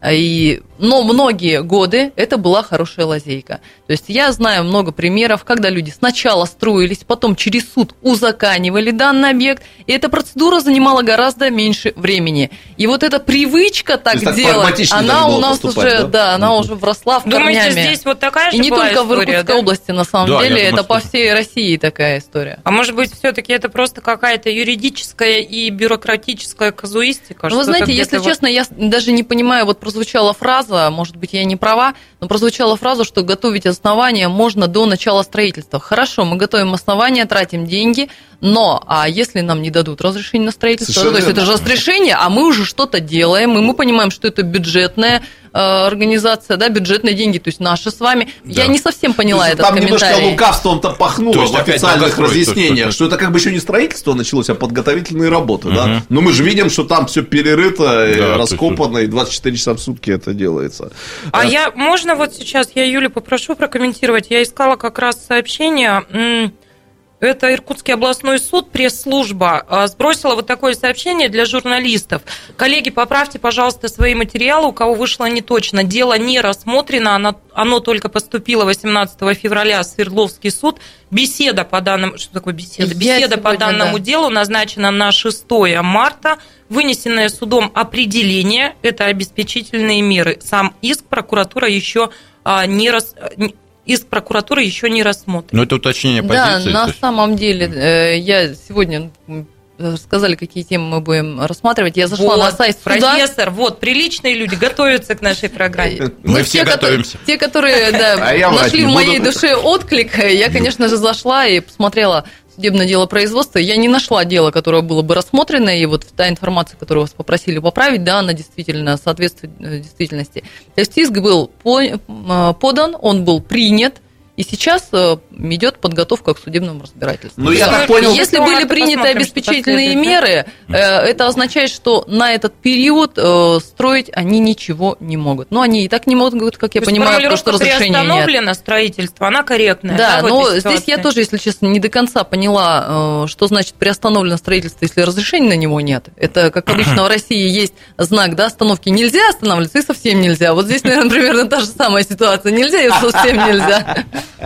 Но многие годы это была хорошая лазейка. То есть я знаю много примеров, когда люди сначала строились, потом через суд узаканивали данный объект, и эта процедура занимала гораздо меньше времени. И вот эта привычка так делать, она у нас уже, она уже вросла в корнями. Думаете, здесь вот такая же и не была только история, в Иркутской области, на самом деле, это по всей России такая история. А может быть, все-таки это просто какая-то юридическая и бюрократическая казуистика? Вы знаете, если честно, я даже не понимаю, вот прозвучала фраза, может быть, я не права, но прозвучала фраза, что готовить основания можно до начала строительства. Хорошо, мы готовим основания, тратим деньги, но если нам не дадут разрешение на строительство, то есть это же разрешение, а мы уже что-то делаем, и мы понимаем, что это бюджетная организация, бюджетные деньги, то есть наши с вами. Да. Я не совсем поняла этот комментарий. Там немножко лукавством-то пахнуло в официальных разъяснениях, что это как бы еще не строительство началось, а подготовительные работы. Да? Но мы же видим, что там все перерыто, раскопано, и 24 часа в сутки это делается. Можно вот сейчас, я Юлю попрошу прокомментировать, я искала как раз сообщение. Это Иркутский областной суд, пресс-служба сбросила вот такое сообщение для журналистов. Коллеги, поправьте, пожалуйста, свои материалы, у кого вышло неточно. Дело не рассмотрено, оно только поступило 18 февраля в Свердловский суд. Беседа по данному... Что такое беседа? Беседа по данному делу назначена на 6 марта. Вынесенное судом определение – это обеспечительные меры. Сам иск прокуратура еще Иск прокуратуры еще не рассмотрен. Но это уточнение позиции. Да, на самом деле, я сегодня сказали, какие темы мы будем рассматривать. Я зашла на сайт суда. Профессор, приличные люди готовятся к нашей программе. Мы все готовимся. Те, которые нашли в моей душе отклик, я, конечно же, зашла и посмотрела судебное дело производства. Я не нашла дело, которое было бы рассмотрено, и вот та информация, которую вас попросили поправить, да, она действительно соответствует действительности. То есть иск был подан, он был принят, и сейчас идет подготовка к судебному разбирательству. Ну, я так понял, если были приняты обеспечительные меры, это означает, что на этот период строить они ничего не могут. Но они и так не могут, как я понимаю, потому что разрешения нет. Приостановлено строительство, она корректная. Да, но здесь я тоже, если честно, не до конца поняла, что значит приостановлено строительство, если разрешения на него нет. Это, как обычно, в России есть знак, да, остановки нельзя останавливаться и совсем нельзя. Вот здесь, наверное, примерно та же самая ситуация. Нельзя и совсем нельзя.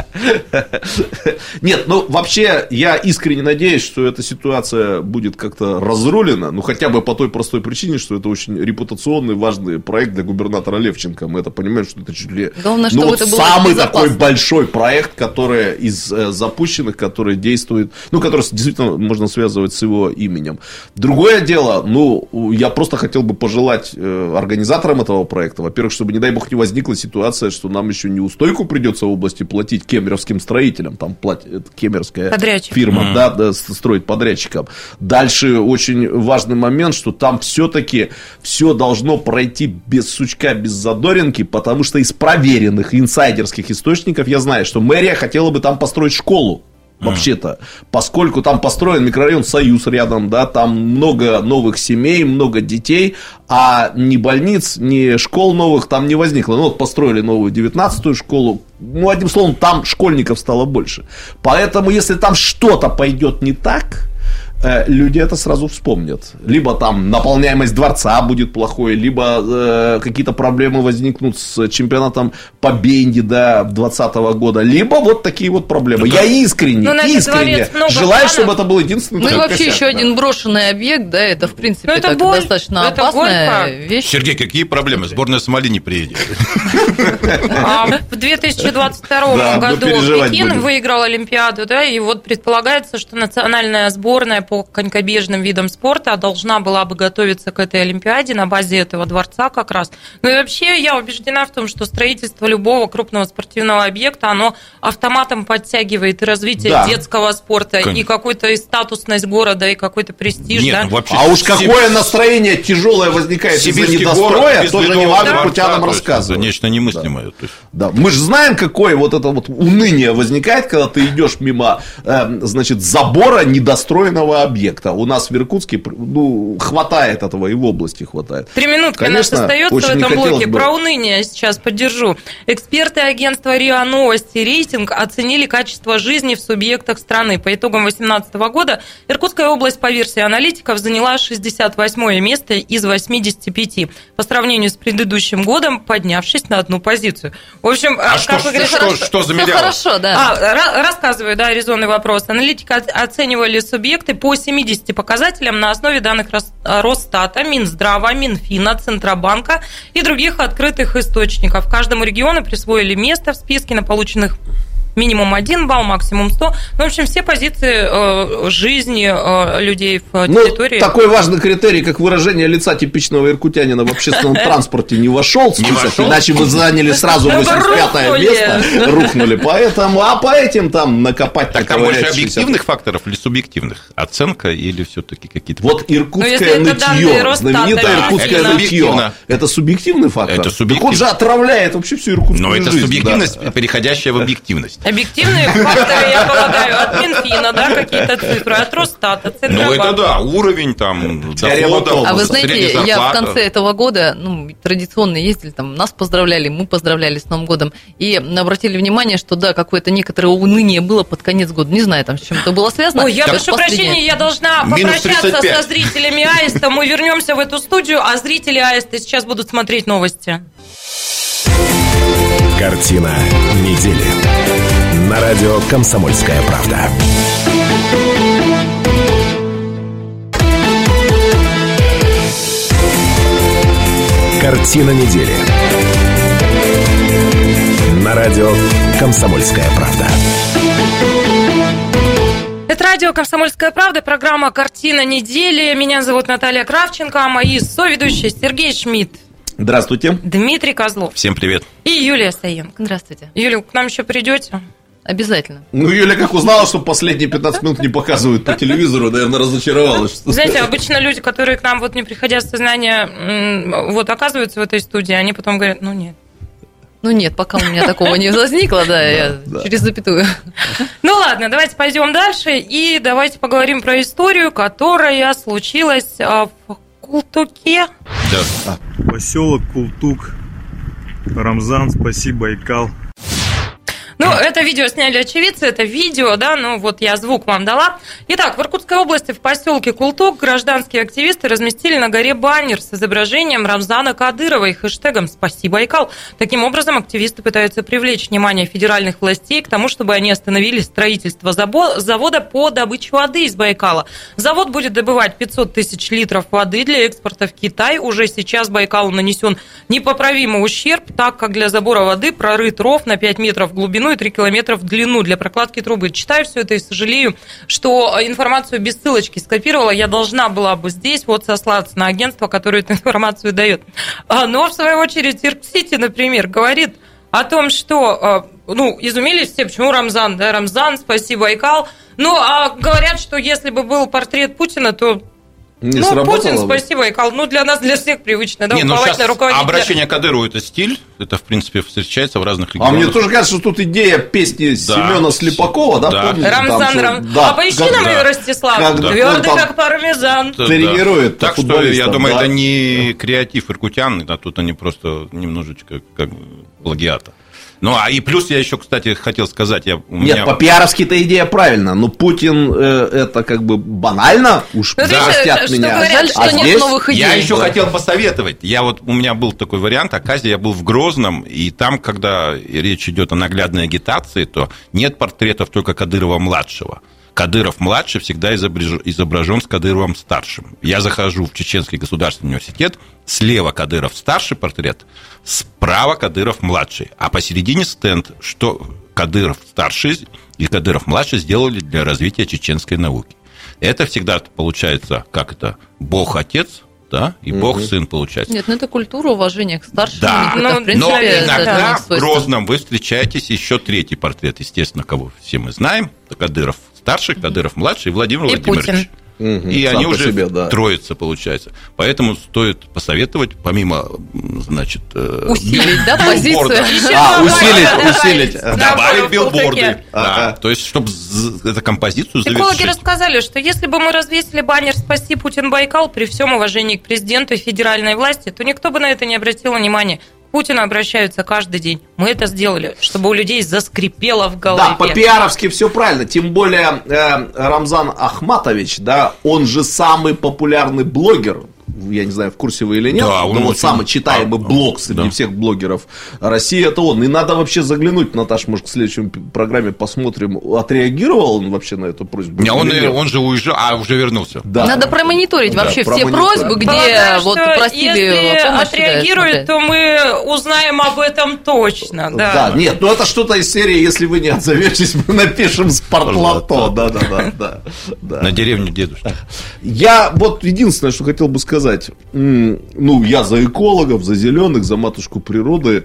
Нет, ну вообще я искренне надеюсь, что эта ситуация будет как-то разрулена, ну хотя бы по той простой причине, что это очень репутационный важный проект для губернатора Левченко. Мы это понимаем, что это чуть ли самый такой большой проект, который из запущенных, который действует, ну который действительно можно связывать с его именем. Другое дело, ну я просто хотел бы пожелать организаторам этого проекта, во-первых, чтобы, не дай бог, не возникла ситуация, что нам еще неустойку придется в области платить кемеровским строителям, там платит кемеровская фирма, да, строит подрядчикам. Дальше очень важный момент, что там все-таки все должно пройти без сучка, без задоринки, потому что из проверенных инсайдерских источников я знаю, что мэрия хотела бы там построить школу. Вообще-то, поскольку там построен микрорайон Союз рядом, да, там много новых семей, много детей, а ни больниц, ни школ новых там не возникло. Ну, вот построили новую 19-ю школу, ну, одним словом, там школьников стало больше. Поэтому, если там что-то пойдет не так, люди это сразу вспомнят. Либо там наполняемость дворца будет плохой, либо какие-то проблемы возникнут с чемпионатом по бенди, да, 2020 года, либо вот такие вот проблемы. Я искренне желаю, чтобы это был единственный. Ну и вообще еще один брошенный объект, да, это в принципе достаточно опасная вещь. Сергей, какие проблемы? Сборная Сомали не приедет. В 2022 году Пекин выиграл Олимпиаду, да, и вот предполагается, что национальная сборная по конькобежным видам спорта должна была бы готовиться к этой Олимпиаде на базе этого дворца как раз. Ну и вообще я убеждена в том, что строительство любого крупного спортивного объекта, оно автоматом подтягивает и развитие детского спорта, и какую-то и статусность города, и какой-то престиж. Нет, да? Вообще, а уж какое настроение тяжелое возникает из-за недостроя, тоже не надо Путянам рассказывать. Это нечто немыслимое. Да. Мы же знаем, какое вот это вот уныние возникает, когда ты идешь мимо, значит, забора недостроенного объекта. У нас в Иркутске, ну, хватает этого, и в области хватает. 3 минутки у нас остается в этом блоке. Про уныние сейчас поддержу. Эксперты агентства РИА Новости «Рейтинг» оценили качество жизни в субъектах страны. По итогам 2018 года Иркутская область, по версии аналитиков, заняла 68-е место из 85, по сравнению с предыдущим годом, поднявшись на одну позицию. В общем, что замеряло? Хорошо, да. Рассказываю, да, резонный вопрос. Аналитики оценивали субъекты по 70 показателям на основе данных Росстата, Минздрава, Минфина, Центробанка и других открытых источников. Каждому региону присвоили место в списке на полученных минимум 1 балл, максимум 100. Ну, в общем, все позиции жизни людей в территории. Такой важный критерий, как выражение лица типичного иркутянина в общественном транспорте, не вошел в список, иначе мы заняли сразу 85-е место, рухнули. Поэтому, по этим там накопать... Так там больше объективных факторов или субъективных? Оценка или все-таки какие-то... Вот иркутское нытье, знаменитое иркутское нытье. Это субъективный фактор? Это субъективный. Так он же отравляет вообще всю иркутскую жизнь. Но это субъективность, переходящая в объективность. Объективные факторы, я полагаю, от Минфина, да, какие-то цифры, от Росстата, Центробанка. Ну, это да, уровень там доходов. А вы знаете, я в конце этого года, традиционно ездили, там, нас поздравляли, мы поздравляли с Новым годом, и обратили внимание, что, да, какое-то некоторое уныние было под конец года. Не знаю, там, с чем это было связано. Ой, я прошу прощения, я должна попрощаться со зрителями Аиста. Мы вернемся в эту студию, а зрители Аиста сейчас будут смотреть новости. Картина недели. На радио «Комсомольская правда». Картина недели. На радио «Комсомольская правда». Это радио «Комсомольская правда», программа «Картина недели». Меня зовут Наталья Кравченко, а мои соведущие Сергей Шмидт. Здравствуйте. Дмитрий Козлов. Всем привет. И Юлия Саенко. Здравствуйте. Юля, к нам еще придете? Обязательно. Ну, Юля, как узнала, что последние 15 минут не показывают по телевизору, наверное, разочаровалась. Знаете, обычно люди, которые к нам, вот не приходя в сознание, вот оказываются в этой студии, они потом говорят, ну нет. Ну нет, пока у меня такого не возникло, да, я через запятую. Ну ладно, давайте пойдем дальше и давайте поговорим про историю, которая случилась в Култуке. Да. Поселок Култук, Рамзан, спаси Байкал. Ну, это видео сняли очевидцы, это видео, да, ну вот я звук вам дала. Итак, в Иркутской области в поселке Култук гражданские активисты разместили на горе баннер с изображением Рамзана Кадырова и хэштегом «Спаси Байкал». Таким образом, активисты пытаются привлечь внимание федеральных властей к тому, чтобы они остановили строительство завода по добыче воды из Байкала. Завод будет добывать 500 тысяч литров воды для экспорта в Китай. Уже сейчас Байкалу нанесен непоправимый ущерб, так как для забора воды прорыт ров на 5 метров в глубину и 3 километра в длину для прокладки трубы. Читаю все это и сожалею, что информацию без ссылочки скопировала. Я должна была бы здесь вот сослаться на агентство, которое эту информацию дает. Но, в свою очередь, Ирк-Сити, например, говорит о том, что, изумились все, почему Рамзан, да, Рамзан, спаси Байкал. Ну, а говорят, что если бы был портрет Путина, то Путин, спаси Байкал. Ну, для нас, для всех привычно, да, уповательный руководитель. Обращение к Кадырову – это стиль, это, в принципе, встречается в разных регионах. А мне тоже кажется, что тут идея песни Семена Слепакова, да, помните? Рамзан. А поищи нам ее, Ростислав, твердый, как пармезан. Тренирует. Так что, я думаю, это не креатив иркутян, а тут они просто немножечко как плагиата. Ну, и плюс я еще, кстати, хотел сказать... Нет, по-пиаровски эта идея правильно, но Путин это как бы банально, уж простят меня. Жаль, что нет новых идей. Я еще хотел посоветовать. У меня был такой вариант, оказывается, я был в Грозном, и там, когда речь идет о наглядной агитации, то нет портретов только Кадырова-младшего. Кадыров-младший всегда изображен с Кадыровым-старшим. Я захожу в Чеченский государственный университет, слева Кадыров-старший портрет, справа Кадыров-младший, а посередине стенд, что Кадыров-старший и Кадыров-младший сделали для развития чеченской науки. Это всегда получается, как это, Бог-отец, да, и Бог-сын получается. Нет, это культура уважения к старшим. Да, но иногда в Грозном вы встречаетесь еще третий портрет, естественно, кого все мы знаем, Кадыров-старший, Кадыров-младший и Владимир Владимирович. Путин. И они уже троица, получается. Поэтому стоит посоветовать, помимо, значит... усилить, да, позицию? Усилить. Добавить билборды. То есть, чтобы эту композицию завершить. Психологи рассказали, что если бы мы развесили баннер «Спаси Путин Байкал» при всем уважении к президенту и федеральной власти, то никто бы на это не обратил внимания. К Путину обращаются каждый день. Мы это сделали, чтобы у людей заскрипело в голове. Да, по-пиаровски все правильно. Тем более Рамзан Ахматович, да, он же самый популярный блогер. Я не знаю, в курсе вы или нет, да, но вот самый читаемый блог среди всех блогеров России — это он. И надо вообще заглянуть, Наташа, может, в следующей программе посмотрим, отреагировал он вообще на эту просьбу? Он же уезжал, уже вернулся. Да. Надо промониторить вообще все просьбы, где вот просили если отреагирует, то мы узнаем об этом точно. Да, нет, ну это что-то из серии «Если вы не отзоветесь, мы напишем спортлото». Да. На деревню дедушки. Я вот единственное, что хотел бы сказать, я за экологов, за зеленых, за матушку природы,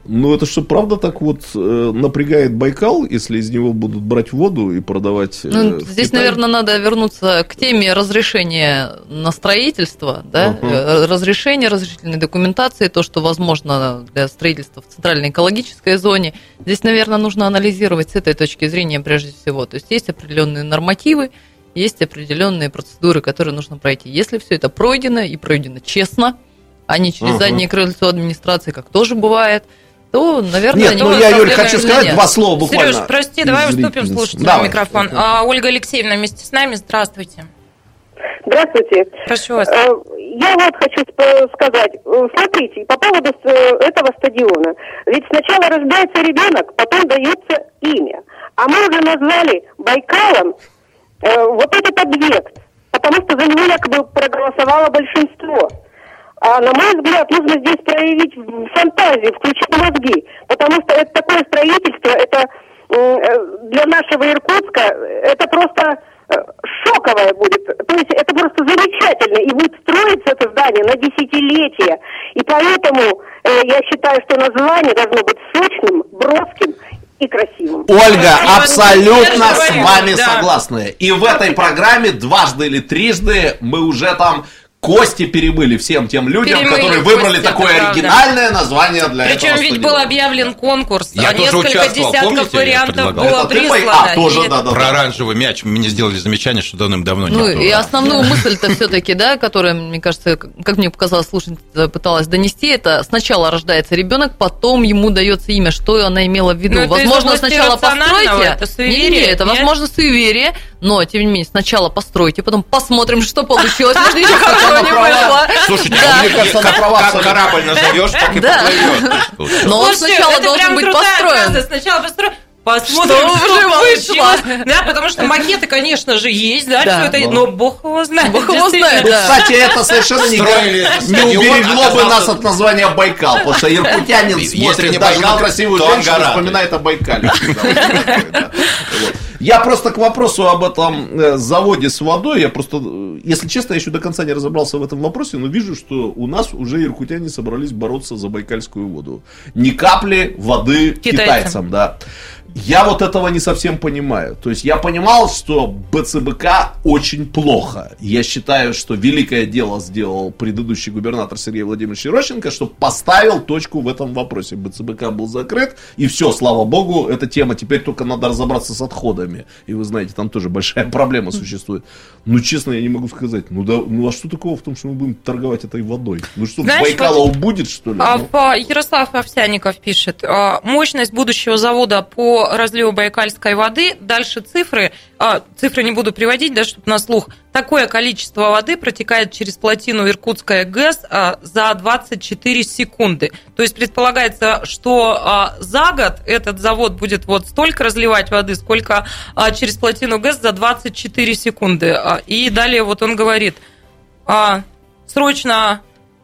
Ну, это что, правда так вот напрягает Байкал, если из него будут брать воду и продавать здесь, Китай? наверное, надо вернуться к теме разрешения на строительство, да? Разрешительной документации, то, что возможно для строительства в центральной экологической зоне. Здесь, наверное, нужно анализировать с этой точки зрения прежде всего. То есть определенные нормативы, есть определенные процедуры, которые нужно пройти. Если все это пройдено и пройдено честно, а не через заднее крыльцо администрации, как тоже бывает, то, наверное... Нет, я, Юль, хочу сказать два слова буквально. Сереж, прости, давай уступим слушателю микрофон. Ольга Алексеевна вместе с нами, здравствуйте. Здравствуйте. Прошу вас. Я вот хочу сказать, смотрите, по поводу этого стадиона. Ведь сначала рождается ребенок, потом дается имя. А мы уже назвали Байкалом вот этот объект, потому что за него якобы проголосовало большинство. А на мой взгляд, нужно здесь проявить фантазию, включить мозги, потому что это такое строительство, это для нашего Иркутска, это просто шоковое будет. То есть это просто замечательно, и будет строиться это здание на десятилетия. И поэтому я считаю, что название должно быть сочным, броским и красивым. Ольга, абсолютно с вами согласна. И в этой программе дважды или трижды мы уже там кости перемыли всем тем людям, которые выбрали такое оригинальное название для этого стадиона. Причем ведь был объявлен конкурс, я несколько десятков вариантов было прислано. Тоже, про оранжевый мяч мне сделали замечание, что давным-давно не было. И основную мысль-то все-таки, да, которая, мне кажется, как мне показалось, слушательница пыталась донести, это сначала рождается ребенок, потом ему дается имя, что она имела в виду. Возможно, сначала постройте, это возможно суеверие, но, тем не менее, сначала постройте, потом посмотрим, что получилось. Слушайте, мне кажется, как корабль назовешь, так и поплывешь. Но он сначала должен быть построен. Сначала построен. Посмотрим, что вышло. Да, потому что макеты, конечно же, есть, да, что это, но бог его знает. Бог его знает, да. Кстати, это совершенно не уберегло бы нас от названия Байкал, потому что иркутянин смотрит даже на красивую женщину, вспоминает о Байкале. Я просто к вопросу об этом заводе с водой, я просто, если честно, я еще до конца не разобрался в этом вопросе, но вижу, что у нас уже иркутяне собрались бороться за байкальскую воду. Ни капли воды китайцам, да. Я вот этого не совсем понимаю. То есть я понимал, что БЦБК очень плохо. Я считаю, что великое дело сделал предыдущий губернатор Сергей Владимирович Ерощенко, что поставил точку в этом вопросе. БЦБК был закрыт, и все, слава богу, эта тема. Теперь только надо разобраться с отходами. И вы знаете, там тоже большая проблема существует. Ну, честно, я не могу сказать. А что такого в том, что мы будем торговать этой водой? Ну что, знаешь, Байкала убудет, что ли? Ярослав Овсянников пишет. Мощность будущего завода по разливу байкальской воды. Дальше цифры не буду приводить, да, чтобы на слух. Такое количество воды протекает через плотину Иркутская ГЭС за 24 секунды. То есть предполагается, что за год этот завод будет вот столько разливать воды, сколько через плотину ГЭС за 24 секунды. И далее вот он говорит, срочно...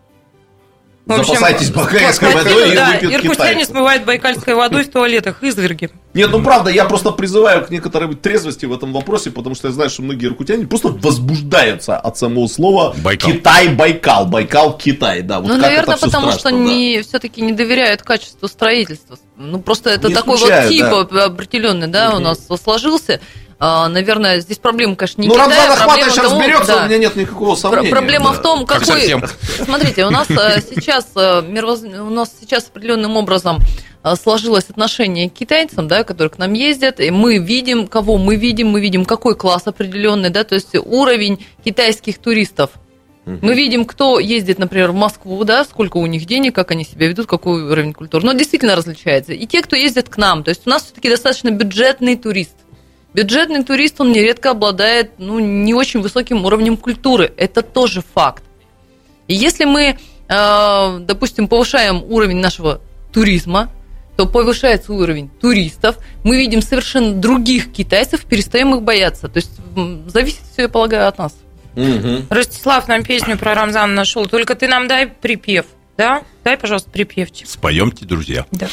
Запасайтесь байкальской водой и выпьют китайцы. Иркутяне смывают байкальской водой в туалетах, изверги. Нет, правда, я просто призываю к некоторой трезвости в этом вопросе, потому что я знаю, что многие иркутяне просто возбуждаются от самого слова Байкал. Китай-Байкал, Байкал-Китай. Да, вот наверное, потому страшно, что все-таки не доверяют качеству строительства. Просто это не такой вот тип определенный, да, у нас сложился. Наверное, здесь проблема, конечно, не Китай. Рамзан Ахматович разберется, у меня нет никакого сомнения. Проблема в том, какой... Смотрите, у нас сейчас определенным образом сложилось отношение к китайцам, да, которые к нам ездят, и мы видим, кого мы видим, какой класс определенный, да, то есть уровень китайских туристов. Мы видим, кто ездит, например, в Москву, да, сколько у них денег, как они себя ведут, какой уровень культуры. Но действительно различается. И те, кто ездит к нам. То есть у нас все-таки достаточно бюджетный турист. Бюджетный турист, он нередко обладает не очень высоким уровнем культуры. Это тоже факт. И если мы, допустим, повышаем уровень нашего туризма, то повышается уровень туристов, мы видим совершенно других китайцев, перестаем их бояться. То есть зависит все, я полагаю, от нас. Ростислав нам песню про Рамзана нашел. Только ты нам дай припев, да? Дай, пожалуйста, припевчик. Споемте, друзья. Да.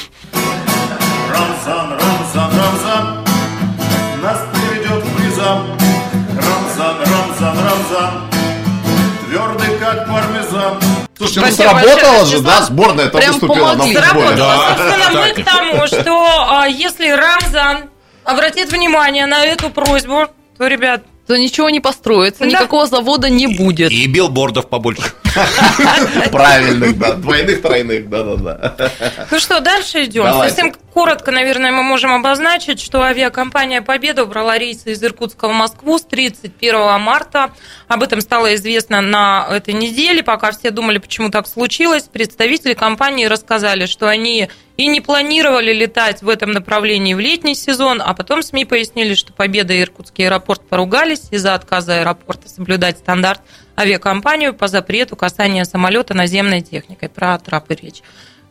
Рамзан, Рамзан, Рамзан нас приведет к призам. Рамзан, Рамзан, Рамзан твердый, как пармезан. Слушайте, сработало же, да? Сборная-то выступила на футболе. Собственно, мы к тому, что если Рамзан обратит внимание на эту просьбу, то, ребят... То ничего не построится, никакого завода не будет. И билбордов побольше. Правильных, да, двойных, тройных, да. Ну что, дальше идем. Совсем коротко, наверное, мы можем обозначить, что авиакомпания «Победа» убрала рейсы из Иркутска в Москву с 31 марта. Об этом стало известно на этой неделе. Пока все думали, почему так случилось, представители компании рассказали, что они и не планировали летать в этом направлении в летний сезон, а потом СМИ пояснили, что «Победа» и Иркутский аэропорт поругались из-за отказа аэропорта соблюдать стандарт авиакомпанию по запрету касания самолета наземной техникой. Про трапы речь.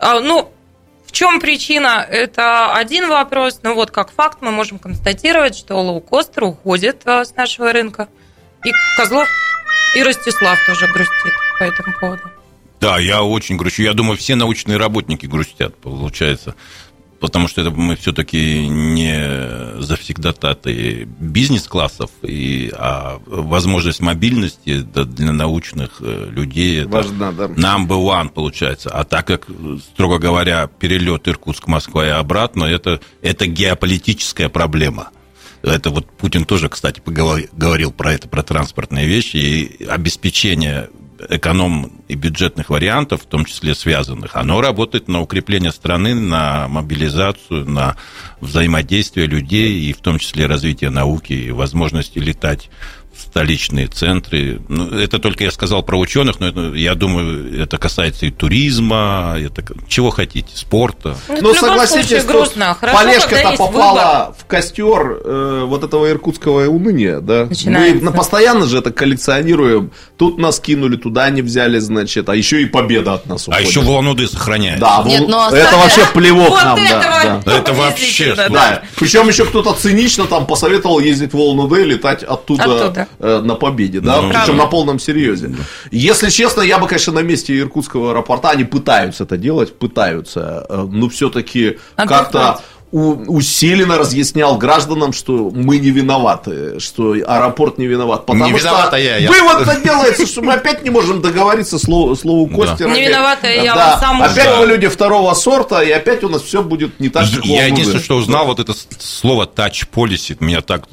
В чем причина? Это один вопрос. Но вот как факт мы можем констатировать, что лоукостер уходит с нашего рынка. И Козлов, и Ростислав тоже грустит по этому поводу. Да, я очень грущу. Я думаю, все научные работники грустят, получается. Потому что это мы все-таки не завсегдататы бизнес-классов, а возможность мобильности для научных людей важна, да. Number one получается. А так как, строго говоря, перелет Иркутск-Москва и обратно, это геополитическая проблема. Это вот Путин тоже, кстати, говорил про это, про транспортные вещи, и обеспечение эконом- и бюджетных вариантов, в том числе связанных, оно работает на укрепление страны, на мобилизацию, на взаимодействие людей, и в том числе развитие науки, и возможности летать в столичные центры. Это только я сказал про ученых, но я думаю, это касается и туризма, чего хотите, спорта. Согласитесь, что Полежка-то попала в костер вот этого иркутского уныния, да? Мы постоянно же это коллекционируем. Тут нас кинули, туда не взяли, значит, а еще и победа от нас уходит. А еще Улан-Удэ сохраняется. Да, это вообще плевок нам. Это вообще. Да. Причем еще кто-то цинично там посоветовал ездить в Улан-Удэ и летать оттуда на Победе, да, причем на полном серьезе. Если честно, я бы, конечно, на месте Иркутского аэропорта, они пытаются это делать, но все-таки как-то усиленно разъяснял гражданам, что мы не виноваты, что аэропорт не виноват. Потому не виновата я. Вывод-то делается, что мы опять не можем договориться слову Костера. Не виновата я, вам сам опять мы люди второго сорта, и опять у нас все будет не так, как я единственное, что узнал, вот это слово touch policy, меня так...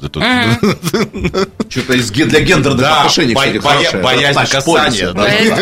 Что-то для гендерных отношений, кстати, хорошее. Боязнь касания.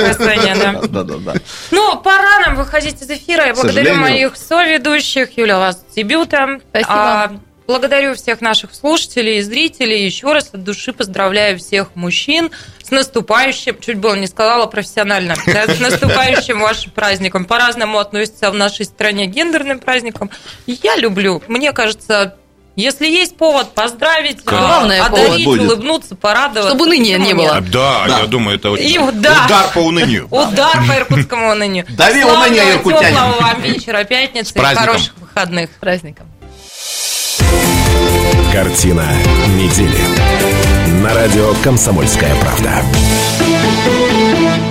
Да. Ну, пора нам выходить из эфира. Я благодарю моих соведущих. Юля, у вас дебют. Спасибо. Благодарю всех наших слушателей и зрителей. Еще раз от души поздравляю всех мужчин с наступающим, чуть было не сказала профессионально, с наступающим вашим праздником. По-разному относятся в нашей стране к гендерным праздникам. Я люблю. Мне кажется, если есть повод поздравить, одарить, улыбнуться, порадоваться. Чтобы уныния не было. Да, я думаю, это удар по унынию. Удар по иркутскому унынию. Дави уныние, иркутяне. Теплого вам вечера, пятницы и хороших выходных. С праздником. Картина недели. На радио «Комсомольская правда».